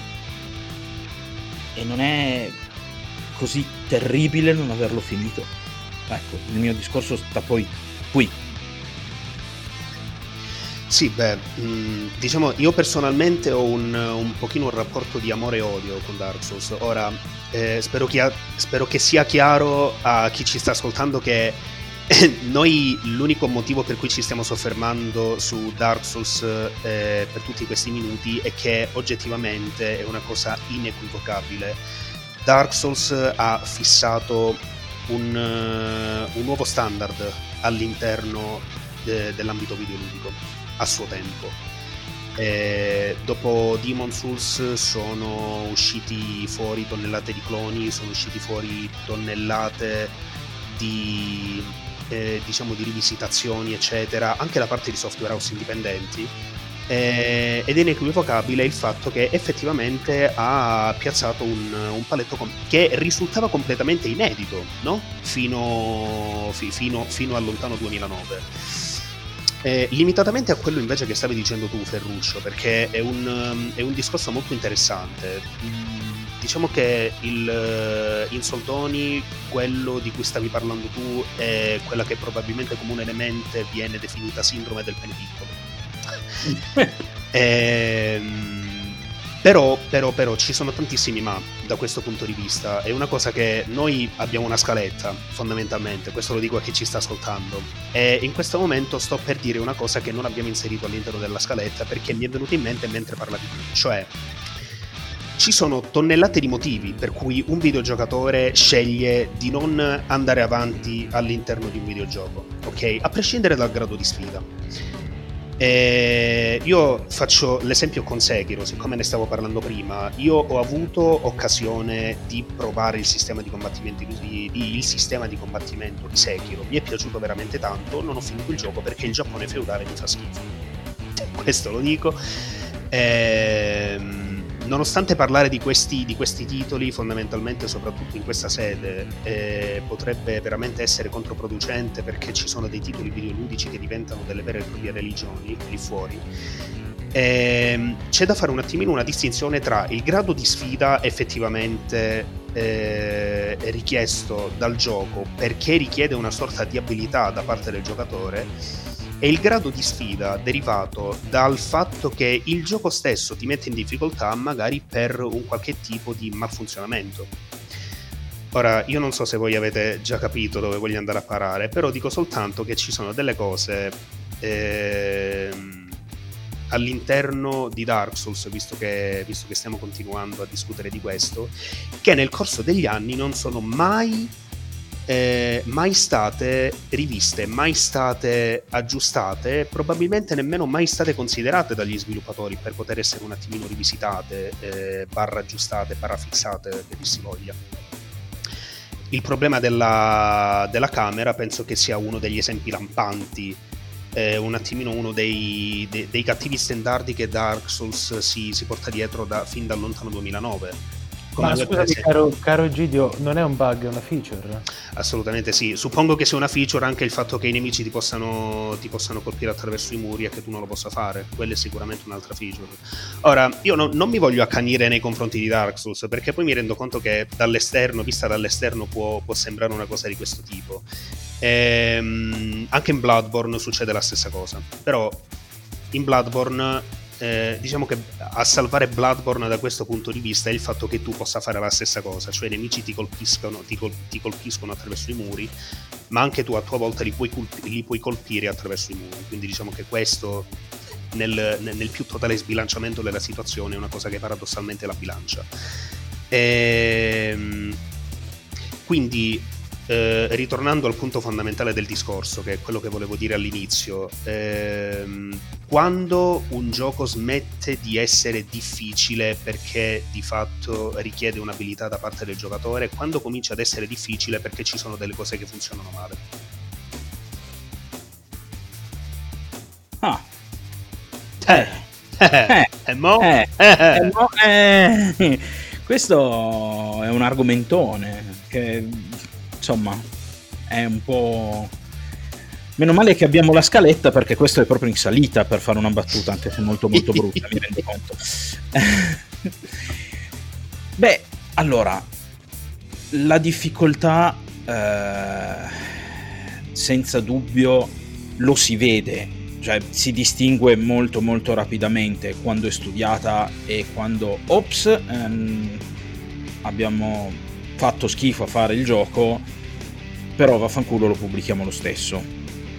e non è così terribile non averlo finito. Ecco, il mio discorso sta poi qui. Sì, diciamo, io personalmente ho un pochino un rapporto di amore e odio con Dark Souls. Ora, spero che sia chiaro a chi ci sta ascoltando che noi l'unico motivo per cui ci stiamo soffermando su Dark Souls per tutti questi minuti è che oggettivamente è una cosa inequivocabile. Dark Souls ha fissato un nuovo standard all'interno dell'ambito videoludico a suo tempo. Dopo Demon's Souls sono usciti fuori tonnellate di cloni, sono usciti fuori tonnellate di diciamo di rivisitazioni eccetera, anche da parte di software house indipendenti, ed è inequivocabile il fatto che effettivamente ha piazzato un paletto che risultava completamente inedito, no? Fino al lontano 2009. Limitatamente a quello invece che stavi dicendo tu, Ferruccio, perché è un discorso molto interessante. Diciamo che in soldoni quello di cui stavi parlando tu è quella che probabilmente comunemente viene definita sindrome del pene piccolo. Però ci sono tantissimi ma da questo punto di vista. È una cosa che noi abbiamo una scaletta, fondamentalmente, questo lo dico a chi ci sta ascoltando, e in questo momento sto per dire una cosa che non abbiamo inserito all'interno della scaletta perché mi è venuta in mente mentre parlavi tu, cioè ci sono tonnellate di motivi per cui un videogiocatore sceglie di non andare avanti all'interno di un videogioco, ok? A prescindere dal grado di sfida. Io faccio l'esempio con Sekiro, siccome ne stavo parlando prima. Io ho avuto occasione di provare il sistema di combattimento di Sekiro. Mi è piaciuto veramente tanto, non ho finito il gioco perché il Giappone feudale mi fa schifo. Questo lo dico. Nonostante parlare di questi titoli, fondamentalmente, soprattutto in questa sede, potrebbe veramente essere controproducente, perché ci sono dei titoli videoludici che diventano delle vere e proprie religioni lì fuori. C'è da fare un attimino una distinzione tra il grado di sfida effettivamente richiesto dal gioco, perché richiede una sorta di abilità da parte del giocatore, e il grado di sfida derivato dal fatto che il gioco stesso ti mette in difficoltà, magari per un qualche tipo di malfunzionamento. Ora, io non so se voi avete già capito dove voglio andare a parare, però dico soltanto che ci sono delle cose all'interno di Dark Souls, visto che stiamo continuando a discutere di questo, che nel corso degli anni non sono mai state riviste, mai state aggiustate, probabilmente nemmeno mai state considerate dagli sviluppatori per poter essere un attimino rivisitate, barra aggiustate, barra fissate, che si voglia. Il problema della camera penso che sia uno degli esempi lampanti, un attimino uno dei cattivi standardi che Dark Souls si porta dietro fin dal lontano 2009. Ma scusami, caro Egidio, non è un bug, è una feature? Assolutamente sì. Suppongo che sia una feature anche il fatto che i nemici ti possano colpire attraverso i muri e che tu non lo possa fare. Quella è sicuramente un'altra feature. Ora, io non mi voglio accanire nei confronti di Dark Souls, perché poi mi rendo conto che vista dall'esterno può sembrare una cosa di questo tipo. Anche in Bloodborne succede la stessa cosa. Però in Bloodborne diciamo che a salvare Bloodborne da questo punto di vista è il fatto che tu possa fare la stessa cosa, cioè i nemici ti colpiscono attraverso i muri, ma anche tu a tua volta li puoi colpire attraverso i muri. Quindi diciamo che questo nel più totale sbilanciamento della situazione è una cosa che paradossalmente la bilancia. Quindi ritornando al punto fondamentale del discorso, che è quello che volevo dire all'inizio, quando un gioco smette di essere difficile perché di fatto richiede un'abilità da parte del giocatore, quando comincia ad essere difficile perché ci sono delle cose che funzionano male. Questo è un argomentone che, insomma, è un po'... Meno male che abbiamo la scaletta, perché questo è proprio in salita per fare una battuta, anche se molto molto brutta, mi rendo conto. Beh, allora, la difficoltà senza dubbio lo si vede, cioè si distingue molto molto rapidamente quando è studiata e quando abbiamo fatto schifo a fare il gioco, però vaffanculo, lo pubblichiamo lo stesso.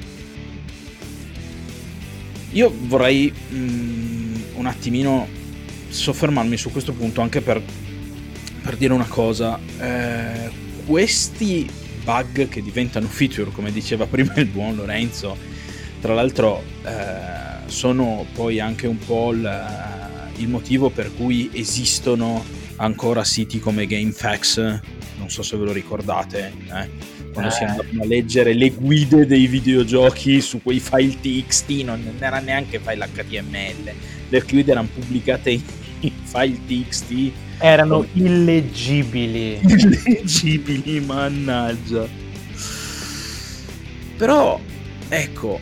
Io vorrei un attimino soffermarmi su questo punto, anche per dire una cosa. Questi bug che diventano feature, come diceva prima il buon Lorenzo. Tra l'altro sono poi anche un po' il motivo per cui esistono ancora siti come GameFAQs, non so se ve lo ricordate, quando si andavano a leggere le guide dei videogiochi su quei file TXT, non era neanche file HTML, le guide erano pubblicate in file TXT, erano illeggibili, mannaggia. Però ecco,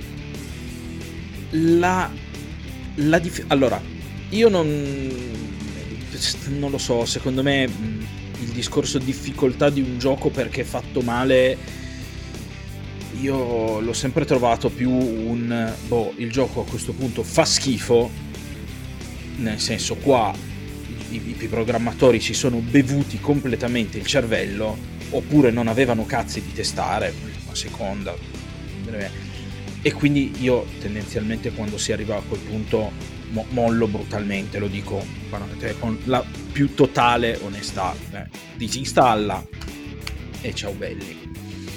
allora io non lo so, secondo me il discorso difficoltà di un gioco perché fatto male, io l'ho sempre trovato più il gioco a questo punto fa schifo, nel senso, qua i programmatori si sono bevuti completamente il cervello, oppure non avevano cazzi di testare una seconda, e quindi io tendenzialmente quando si arriva a quel punto mollo brutalmente, lo dico con la più totale onestà, disinstalla e ciao belli.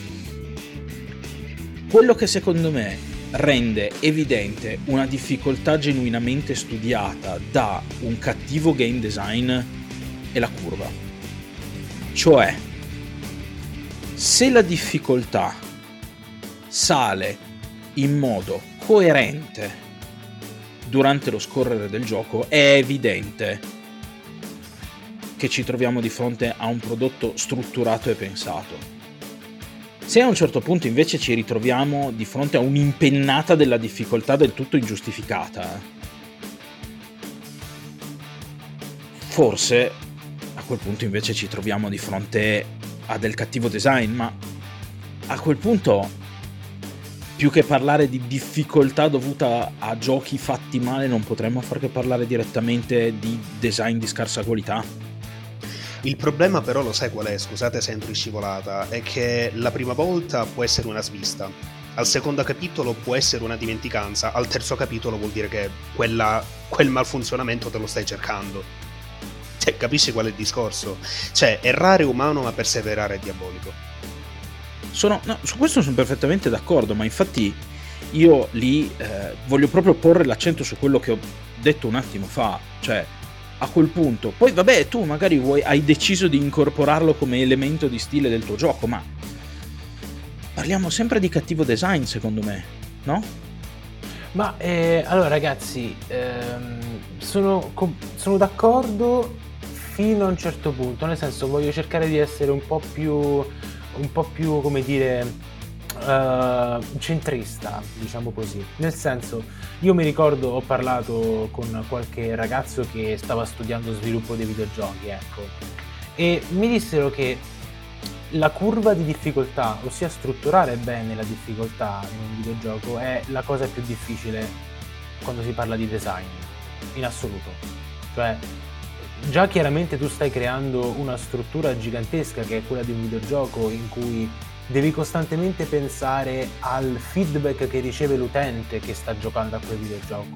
Quello che secondo me rende evidente una difficoltà genuinamente studiata da un cattivo game design è la curva. Cioè, se la difficoltà sale in modo coerente durante lo scorrere del gioco, è evidente che ci troviamo di fronte a un prodotto strutturato e pensato. Se a un certo punto invece ci ritroviamo di fronte a un'impennata della difficoltà del tutto ingiustificata, forse a quel punto invece ci troviamo di fronte a del cattivo design, ma a quel punto, più che parlare di difficoltà dovuta a giochi fatti male, non potremmo far che parlare direttamente di design di scarsa qualità. Il problema però lo sai qual è, scusate se entro in scivolata, è che la prima volta può essere una svista, al secondo capitolo può essere una dimenticanza, al terzo capitolo vuol dire che quel malfunzionamento te lo stai cercando. Cioè, capisci qual è il discorso? Cioè, errare è umano ma perseverare è diabolico. Su questo sono perfettamente d'accordo, ma infatti io lì voglio proprio porre l'accento su quello che ho detto un attimo fa, cioè a quel punto, poi vabbè, tu magari hai deciso di incorporarlo come elemento di stile del tuo gioco, ma parliamo sempre di cattivo design, secondo me, no? Ma allora ragazzi, sono d'accordo fino a un certo punto, nel senso, voglio cercare di essere un po' più come dire centrista, diciamo così, nel senso, io mi ricordo, ho parlato con qualche ragazzo che stava studiando sviluppo dei videogiochi, ecco, e mi dissero che la curva di difficoltà, ossia strutturare bene la difficoltà in un videogioco, è la cosa più difficile quando si parla di design in assoluto. Cioè, già chiaramente tu stai creando una struttura gigantesca che è quella di un videogioco, in cui devi costantemente pensare al feedback che riceve l'utente che sta giocando a quel videogioco,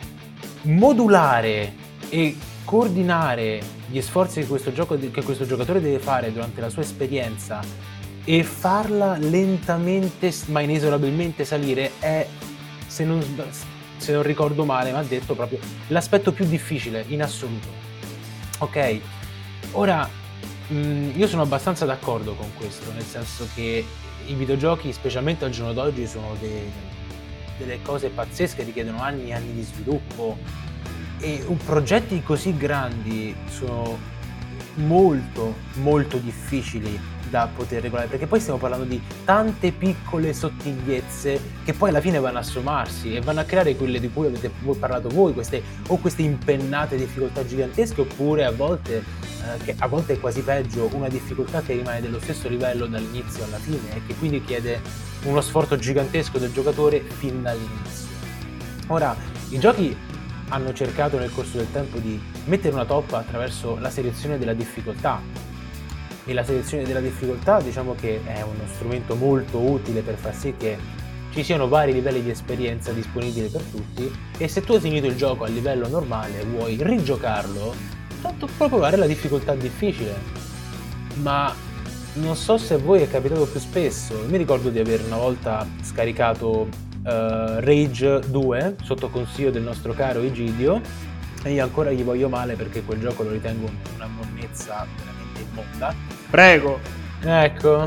modulare e coordinare gli sforzi che questo giocatore deve fare durante la sua esperienza e farla lentamente ma inesorabilmente salire è, se non ricordo male, mi ha detto proprio l'aspetto più difficile in assoluto. Ok, ora io sono abbastanza d'accordo con questo, nel senso che i videogiochi, specialmente al giorno d'oggi, sono delle cose pazzesche, richiedono anni e anni di sviluppo, e progetti così grandi sono molto molto difficili da poter regolare, perché poi stiamo parlando di tante piccole sottigliezze che poi alla fine vanno a sommarsi e vanno a creare quelle di cui avete parlato voi, queste impennate difficoltà gigantesche, oppure a volte è quasi peggio, una difficoltà che rimane dello stesso livello dall'inizio alla fine e che quindi chiede uno sforzo gigantesco del giocatore fin dall'inizio. Ora, i giochi hanno cercato nel corso del tempo di mettere una toppa attraverso la selezione della difficoltà, e la selezione della difficoltà, diciamo che è uno strumento molto utile per far sì che ci siano vari livelli di esperienza disponibili per tutti, e se tu hai finito il gioco a livello normale e vuoi rigiocarlo, tanto puoi provare la difficoltà difficile. Ma non so se a voi è capitato più spesso. Mi ricordo di aver una volta scaricato Rage 2 sotto consiglio del nostro caro Egidio, e io ancora gli voglio male perché quel gioco lo ritengo una monnezza veramente immonda. Prego. Ecco,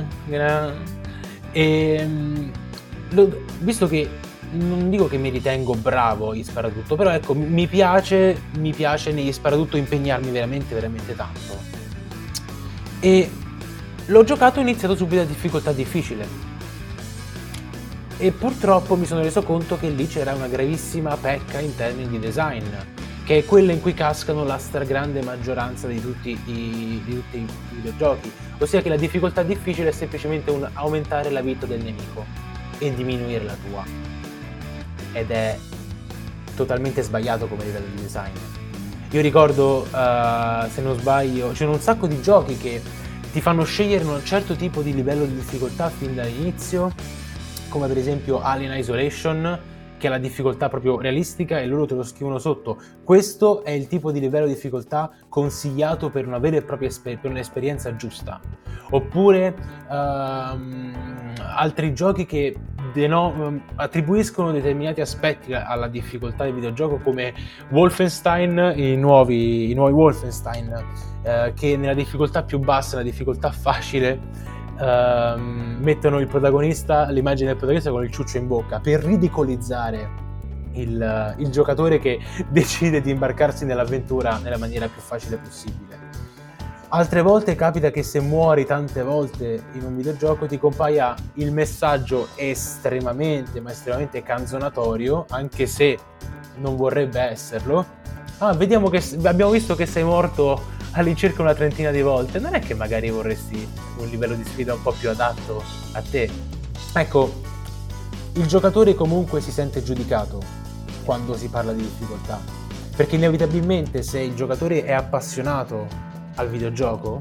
visto che non dico che mi ritengo bravo in sparatutto, però ecco, mi piace negli sparatutto impegnarmi veramente veramente tanto, e l'ho giocato e ho iniziato subito a difficoltà difficile, e purtroppo mi sono reso conto che lì c'era una gravissima pecca in termini di design, che è quella in cui cascano la stragrande maggioranza di tutti i videogiochi, ossia che la difficoltà difficile è semplicemente aumentare la vita del nemico e diminuire la tua, ed è totalmente sbagliato come livello di design. Io ricordo, se non sbaglio, c'erano un sacco di giochi che ti fanno scegliere un certo tipo di livello di difficoltà fin dall'inizio, come per esempio Alien Isolation, che ha la difficoltà proprio realistica, e loro te lo scrivono sotto: questo è il tipo di livello di difficoltà consigliato per una vera e propria per un'esperienza giusta. Oppure altri giochi che attribuiscono determinati aspetti alla difficoltà del videogioco, come Wolfenstein, i nuovi Wolfenstein, che nella difficoltà più bassa, la difficoltà facile, mettono l'immagine del protagonista con il ciuccio in bocca per ridicolizzare il giocatore che decide di imbarcarsi nell'avventura nella maniera più facile possibile. Altre volte capita che se muori tante volte in un videogioco ti compaia il messaggio estremamente canzonatorio, anche se non vorrebbe esserlo: abbiamo visto che sei morto all'incirca una trentina di volte, non è che magari vorresti un livello di sfida un po' più adatto a te? Ecco, il giocatore comunque si sente giudicato quando si parla di difficoltà, perché inevitabilmente, se il giocatore è appassionato al videogioco,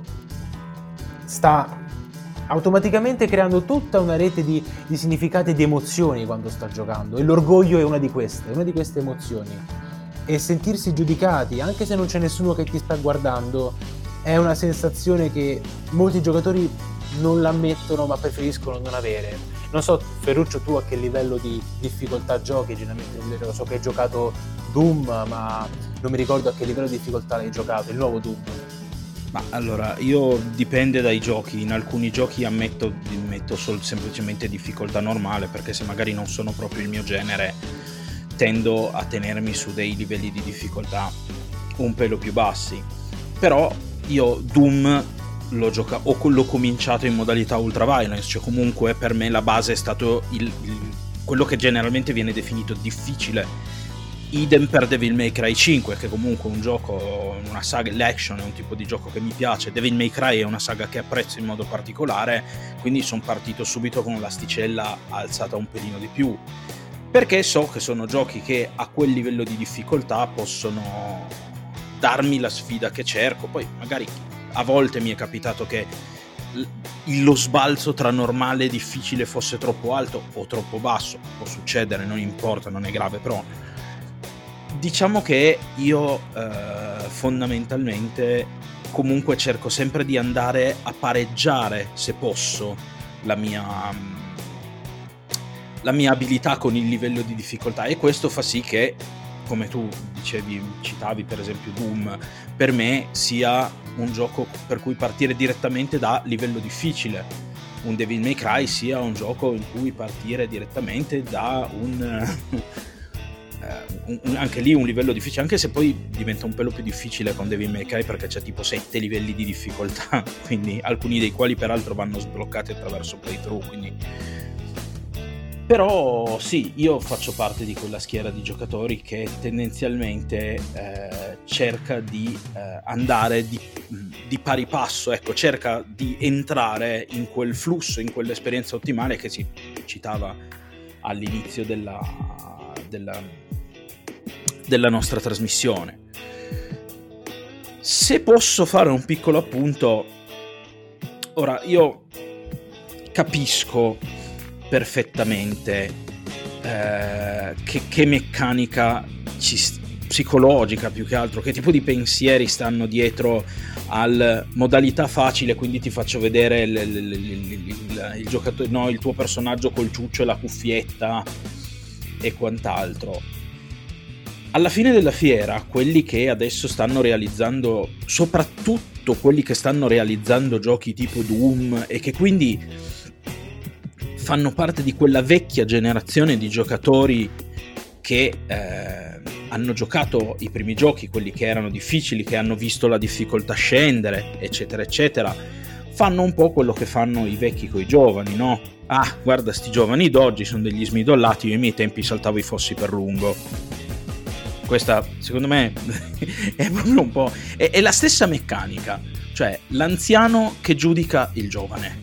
sta automaticamente creando tutta una rete di significati e di emozioni quando sta giocando, e l'orgoglio è una di queste emozioni. E sentirsi giudicati, anche se non c'è nessuno che ti sta guardando, è una sensazione che molti giocatori non l'ammettono, ma preferiscono non avere. Non so, Ferruccio, tu a che livello di difficoltà giochi generalmente? So che hai giocato Doom, ma non mi ricordo a che livello di difficoltà l'hai giocato, il nuovo Doom. Ma allora, io dipende dai giochi. In alcuni giochi metto semplicemente difficoltà normale, perché se magari non sono proprio il mio genere, tendo a tenermi su dei livelli di difficoltà un pelo più bassi. Però io Doom l'ho cominciato in modalità ultra violence, cioè comunque per me la base è stato quello che generalmente viene definito difficile. Idem per Devil May Cry 5, che comunque è un gioco, una saga, l'action è un tipo di gioco che mi piace. Devil May Cry è una saga che apprezzo in modo particolare, quindi sono partito subito con l'asticella alzata un pelino di più, perché so che sono giochi che a quel livello di difficoltà possono darmi la sfida che cerco. Poi magari a volte mi è capitato che lo sbalzo tra normale e difficile fosse troppo alto o troppo basso, può succedere, non importa, non è grave, però diciamo che io fondamentalmente comunque cerco sempre di andare a pareggiare, se posso, la mia abilità con il livello di difficoltà, e questo fa sì che, come tu citavi per esempio Doom, per me sia un gioco per cui partire direttamente da livello difficile. Un Devil May Cry sia un gioco in cui partire direttamente da anche lì un livello difficile, anche se poi diventa un pelo più difficile con Devil May Cry, perché c'è tipo 7 livelli di difficoltà, quindi alcuni dei quali peraltro vanno sbloccati attraverso playthrough, quindi. Però sì, io faccio parte di quella schiera di giocatori che tendenzialmente cerca di andare di pari passo, ecco, cerca di entrare in quel flusso, in quell'esperienza ottimale che si citava all'inizio della nostra trasmissione. Se posso fare un piccolo appunto, ora io capisco perfettamente che meccanica psicologica più che altro, che tipo di pensieri stanno dietro al modalità facile, quindi ti faccio vedere il giocatore, no, il tuo personaggio col ciuccio e la cuffietta e quant'altro. Alla fine della fiera, quelli che adesso stanno realizzando, soprattutto quelli che stanno realizzando giochi tipo Doom e che quindi fanno parte di quella vecchia generazione di giocatori che hanno giocato i primi giochi, quelli che erano difficili, che hanno visto la difficoltà scendere, eccetera eccetera, fanno un po' quello che fanno i vecchi coi giovani, no? Ah, guarda, sti giovani d'oggi sono degli smidollati, io ai miei tempi saltavo i fossi per lungo. Questa, secondo me, è proprio un po'... è la stessa meccanica, cioè l'anziano che giudica il giovane.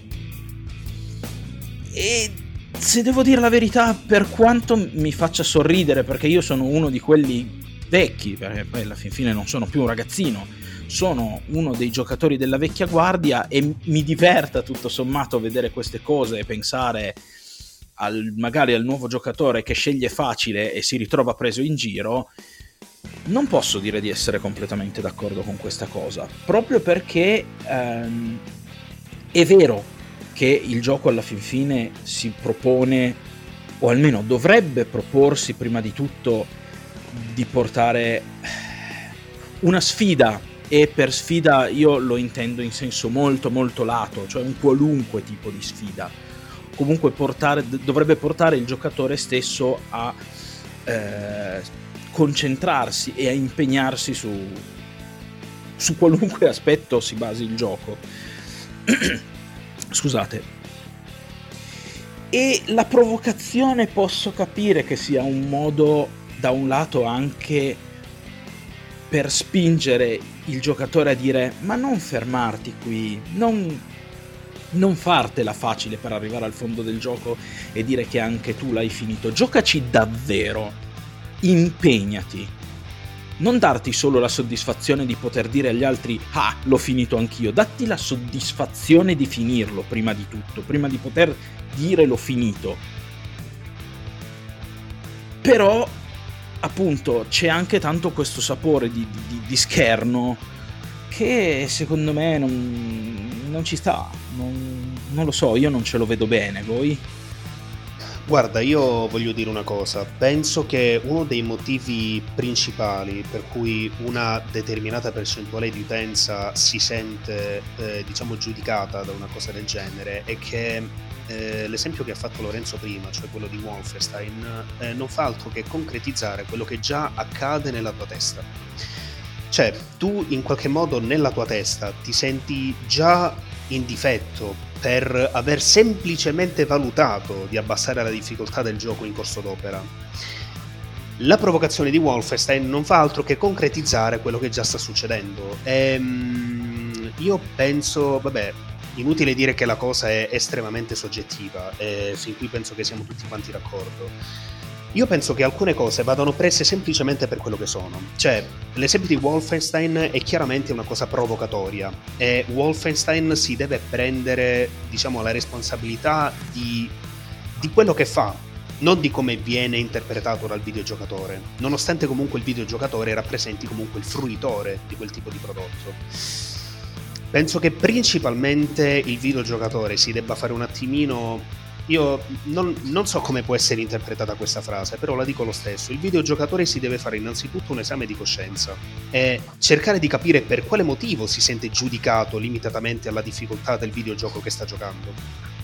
E se devo dire la verità, per quanto mi faccia sorridere, perché io sono uno di quelli vecchi, perché poi alla fin fine non sono più un ragazzino, sono uno dei giocatori della vecchia guardia e mi diverta tutto sommato vedere queste cose e pensare magari al nuovo giocatore che sceglie facile e si ritrova preso in giro. Non posso dire di essere completamente d'accordo con questa cosa, proprio perché è vero che il gioco alla fin fine si propone, o almeno dovrebbe proporsi prima di tutto, di portare una sfida, e per sfida io lo intendo in senso molto molto lato, cioè un qualunque tipo di sfida. Comunque dovrebbe portare il giocatore stesso a concentrarsi e a impegnarsi su qualunque aspetto si basi il gioco. Scusate. E la provocazione posso capire che sia un modo, da un lato, anche per spingere il giocatore a dire: ma non fermarti qui, non fartela facile per arrivare al fondo del gioco e dire che anche tu l'hai finito, giocaci davvero, impegnati, non darti solo la soddisfazione di poter dire agli altri: ah, l'ho finito anch'io, datti la soddisfazione di finirlo prima di tutto, prima di poter dire l'ho finito. Però appunto c'è anche tanto questo sapore di scherno che secondo me non ci sta, non lo so, io non ce lo vedo bene, voi? Guarda, io voglio dire una cosa, penso che uno dei motivi principali per cui una determinata percentuale di utenza si sente, diciamo, giudicata da una cosa del genere è che l'esempio che ha fatto Lorenzo prima, cioè quello di Wolfenstein, non fa altro che concretizzare quello che già accade nella tua testa. Cioè, tu in qualche modo nella tua testa ti senti già in difetto per aver semplicemente valutato di abbassare la difficoltà del gioco in corso d'opera. La provocazione di Wolfenstein non fa altro che concretizzare quello che già sta succedendo. Io penso, vabbè, inutile dire che la cosa è estremamente soggettiva, fin qui penso che siamo tutti quanti d'accordo. Io penso che alcune cose vadano prese semplicemente per quello che sono. Cioè, l'esempio di Wolfenstein è chiaramente una cosa provocatoria e Wolfenstein si deve prendere, diciamo, la responsabilità di quello che fa, non di come viene interpretato dal videogiocatore, nonostante comunque il videogiocatore rappresenti comunque il fruitore di quel tipo di prodotto. Penso che principalmente il videogiocatore si debba fare un attimino... Io non so come può essere interpretata questa frase, però la dico lo stesso. Il videogiocatore si deve fare innanzitutto un esame di coscienza e cercare di capire per quale motivo si sente giudicato limitatamente alla difficoltà del videogioco che sta giocando.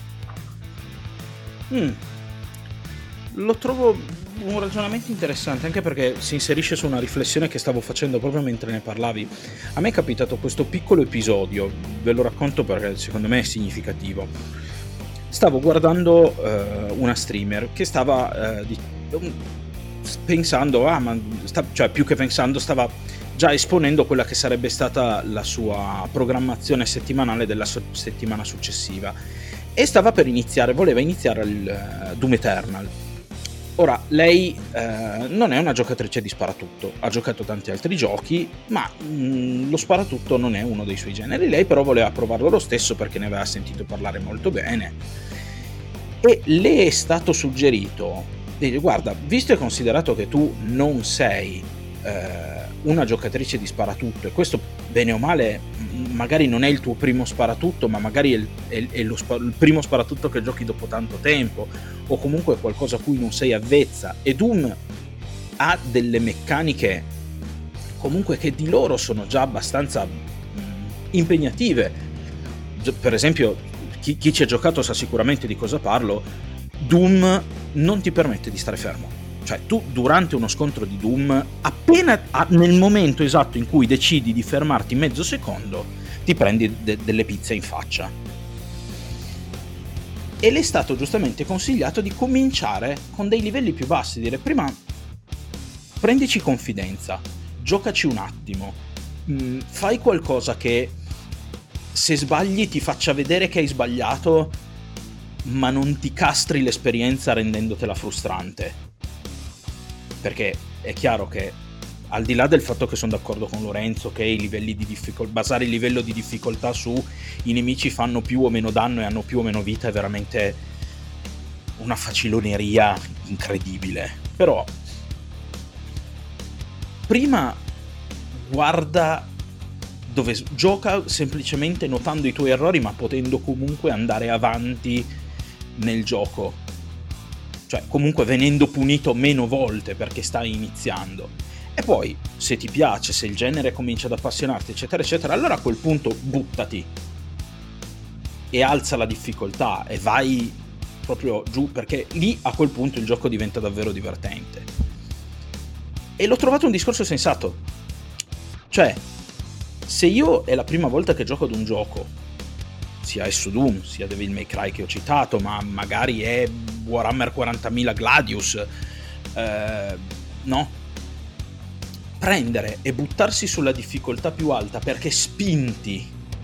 Lo trovo un ragionamento interessante, anche perché si inserisce su una riflessione che stavo facendo proprio mentre ne parlavi. A me è capitato questo piccolo episodio, ve lo racconto perché secondo me è significativo. Stavo guardando una streamer che stava pensando, cioè più che pensando, stava già esponendo quella che sarebbe stata la sua programmazione settimanale della settimana successiva, e stava per voleva iniziare il Doom Eternal. Ora, lei non è una giocatrice di sparatutto, ha giocato tanti altri giochi, ma lo sparatutto non è uno dei suoi generi. Lei però voleva provarlo lo stesso perché ne aveva sentito parlare molto bene, e le è stato suggerito: guarda, visto e considerato che tu non sei una giocatrice di sparatutto, e questo bene o male magari non è il tuo primo sparatutto, ma magari è il primo sparatutto che giochi dopo tanto tempo, o comunque qualcosa a cui non sei avvezza, e Doom ha delle meccaniche comunque che di loro sono già abbastanza impegnative. Per esempio, chi ci ha giocato sa sicuramente di cosa parlo. Doom non ti permette di stare fermo. Cioè, tu durante uno scontro di Doom, appena nel momento esatto in cui decidi di fermarti mezzo secondo, ti prendi delle pizze in faccia. E le è stato giustamente consigliato di cominciare con dei livelli più bassi, dire prima prendici confidenza, giocaci un attimo, fai qualcosa che se sbagli ti faccia vedere che hai sbagliato, ma non ti castri l'esperienza rendendotela frustrante. Perché è chiaro che, al di là del fatto che sono d'accordo con Lorenzo che i livelli di basare il livello di difficoltà su i nemici fanno più o meno danno e hanno più o meno vita è veramente una faciloneria incredibile. Però prima guarda dove gioca, semplicemente notando i tuoi errori, ma potendo comunque andare avanti nel gioco. Cioè, comunque venendo punito meno volte perché stai iniziando. E poi, se ti piace, se il genere comincia ad appassionarti, eccetera, eccetera, allora a quel punto buttati e alza la difficoltà e vai proprio giù, perché lì a quel punto il gioco diventa davvero divertente. E l'ho trovato un discorso sensato. Cioè, se io è la prima volta che gioco ad un gioco, sia esso Doom, sia Devil May Cry che ho citato, ma magari è Warhammer 40.000 Gladius, no? Prendere e buttarsi sulla difficoltà più alta perché spinti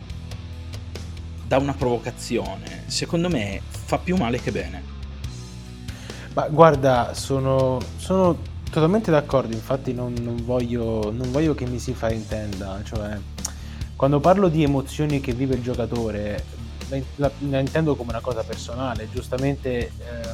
da una provocazione, secondo me fa più male che bene. Ma guarda, sono totalmente d'accordo, infatti non voglio che mi si fraintenda, cioè quando parlo di emozioni che vive il giocatore la intendo come una cosa personale. Giustamente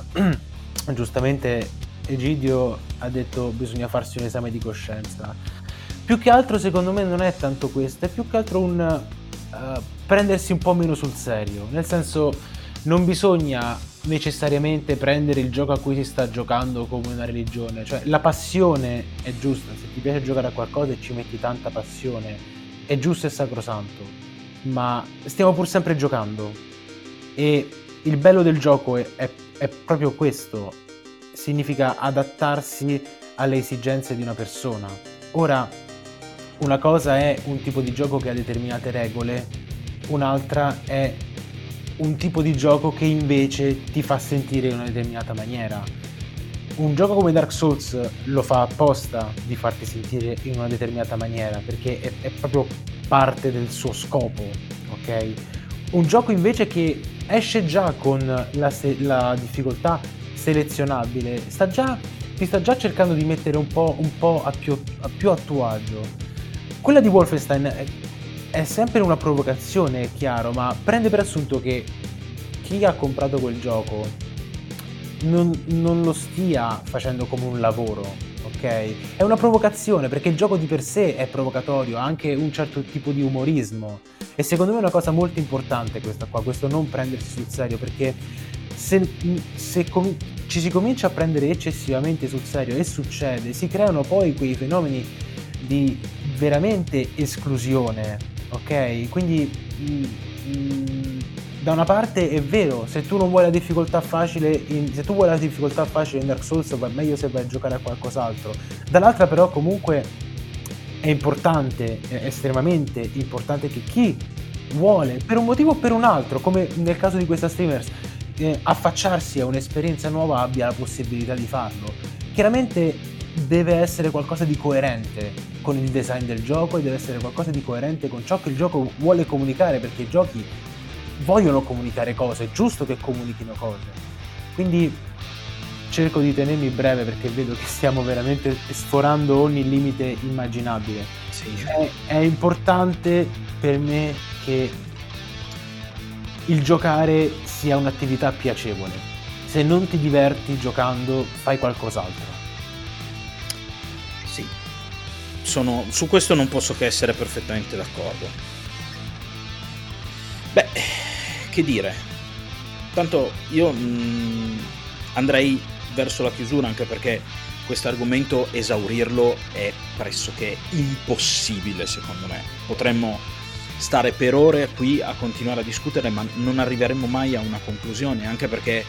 Egidio ha detto bisogna farsi un esame di coscienza. Più che altro secondo me non è tanto questo, è più che altro un prendersi un po' meno sul serio, nel senso non bisogna necessariamente prendere il gioco a cui si sta giocando come una religione. Cioè, la passione è giusta, se ti piace giocare a qualcosa e ci metti tanta passione è giusto e sacrosanto, ma stiamo pur sempre giocando e il bello del gioco è proprio questo, significa adattarsi alle esigenze di una persona. Ora, una cosa è un tipo di gioco che ha determinate regole, un'altra è un tipo di gioco che invece ti fa sentire in una determinata maniera. Un gioco come Dark Souls lo fa apposta di farti sentire in una determinata maniera, perché è proprio parte del suo scopo, ok? Un gioco invece che esce già con la difficoltà selezionabile, ti sta già cercando di mettere un po' a più a tuo agio. Quella di Wolfenstein è sempre una provocazione, è chiaro, ma prende per assunto che chi ha comprato quel gioco non lo stia facendo come un lavoro, ok? È una provocazione, perché il gioco di per sé è provocatorio, ha anche un certo tipo di umorismo, e secondo me è una cosa molto importante questa qua, questo non prendersi sul serio, perché se ci si comincia a prendere eccessivamente sul serio, e succede, si creano poi quei fenomeni di veramente esclusione, ok? Quindi da una parte è vero, se tu vuoi la difficoltà facile in Dark Souls, va meglio se vai a giocare a qualcos'altro. Dall'altra però comunque è importante, è estremamente importante che chi vuole per un motivo o per un altro, come nel caso di questa streamer, affacciarsi a un'esperienza nuova abbia la possibilità di farlo. Chiaramente deve essere qualcosa di coerente con il design del gioco e deve essere qualcosa di coerente con ciò che il gioco vuole comunicare, perché i giochi vogliono comunicare cose, è giusto che comunichino cose. Quindi cerco di tenermi breve perché vedo che stiamo veramente sforando ogni limite immaginabile. Sì. È importante per me che il giocare sia un'attività piacevole. Se non ti diverti giocando, fai qualcos'altro. Sì. su questo non posso che essere perfettamente d'accordo. Beh, che dire, tanto io andrei verso la chiusura, anche perché questo argomento esaurirlo è pressoché impossibile, secondo me. Potremmo stare per ore qui a continuare a discutere, ma non arriveremo mai a una conclusione, anche perché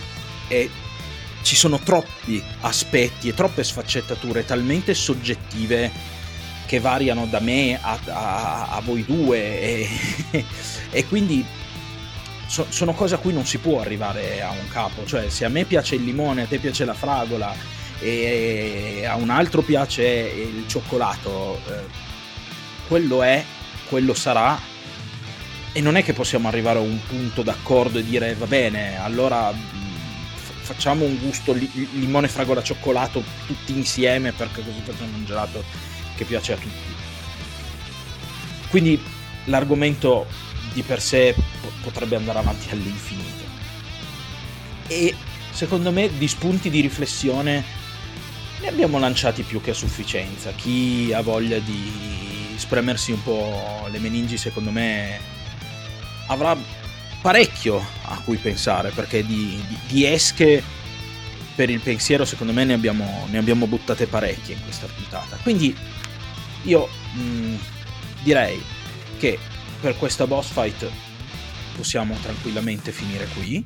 ci sono troppi aspetti e troppe sfaccettature talmente soggettive che variano da me a voi due e quindi sono cose a cui non si può arrivare a un capo. Cioè, se a me piace il limone, a te piace la fragola e a un altro piace il cioccolato, quello sarà, e non è che possiamo arrivare a un punto d'accordo e dire va bene, allora facciamo un gusto limone fragola cioccolato tutti insieme, perché così facciamo un gelato che piace a tutti. Quindi l'argomento di per sé potrebbe andare avanti all'infinito, e secondo me di spunti di riflessione ne abbiamo lanciati più che a sufficienza. Chi ha voglia di spremersi un po' le meningi, secondo me avrà parecchio a cui pensare, perché di esche per il pensiero secondo me ne abbiamo buttate parecchie in questa puntata. Quindi io direi che per questa boss fight possiamo tranquillamente finire qui.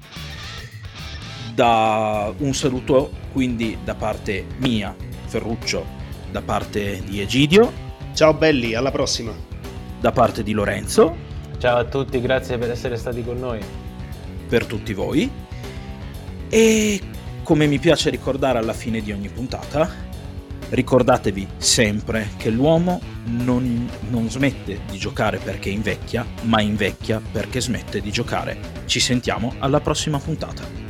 Da un saluto quindi da parte mia, Ferruccio, da parte di Egidio. Ciao belli, alla prossima. Da parte di Lorenzo. Ciao a tutti, grazie per essere stati con noi. Per tutti voi. E come mi piace ricordare alla fine di ogni puntata, ricordatevi sempre che l'uomo non smette di giocare perché invecchia, ma invecchia perché smette di giocare. Ci sentiamo alla prossima puntata.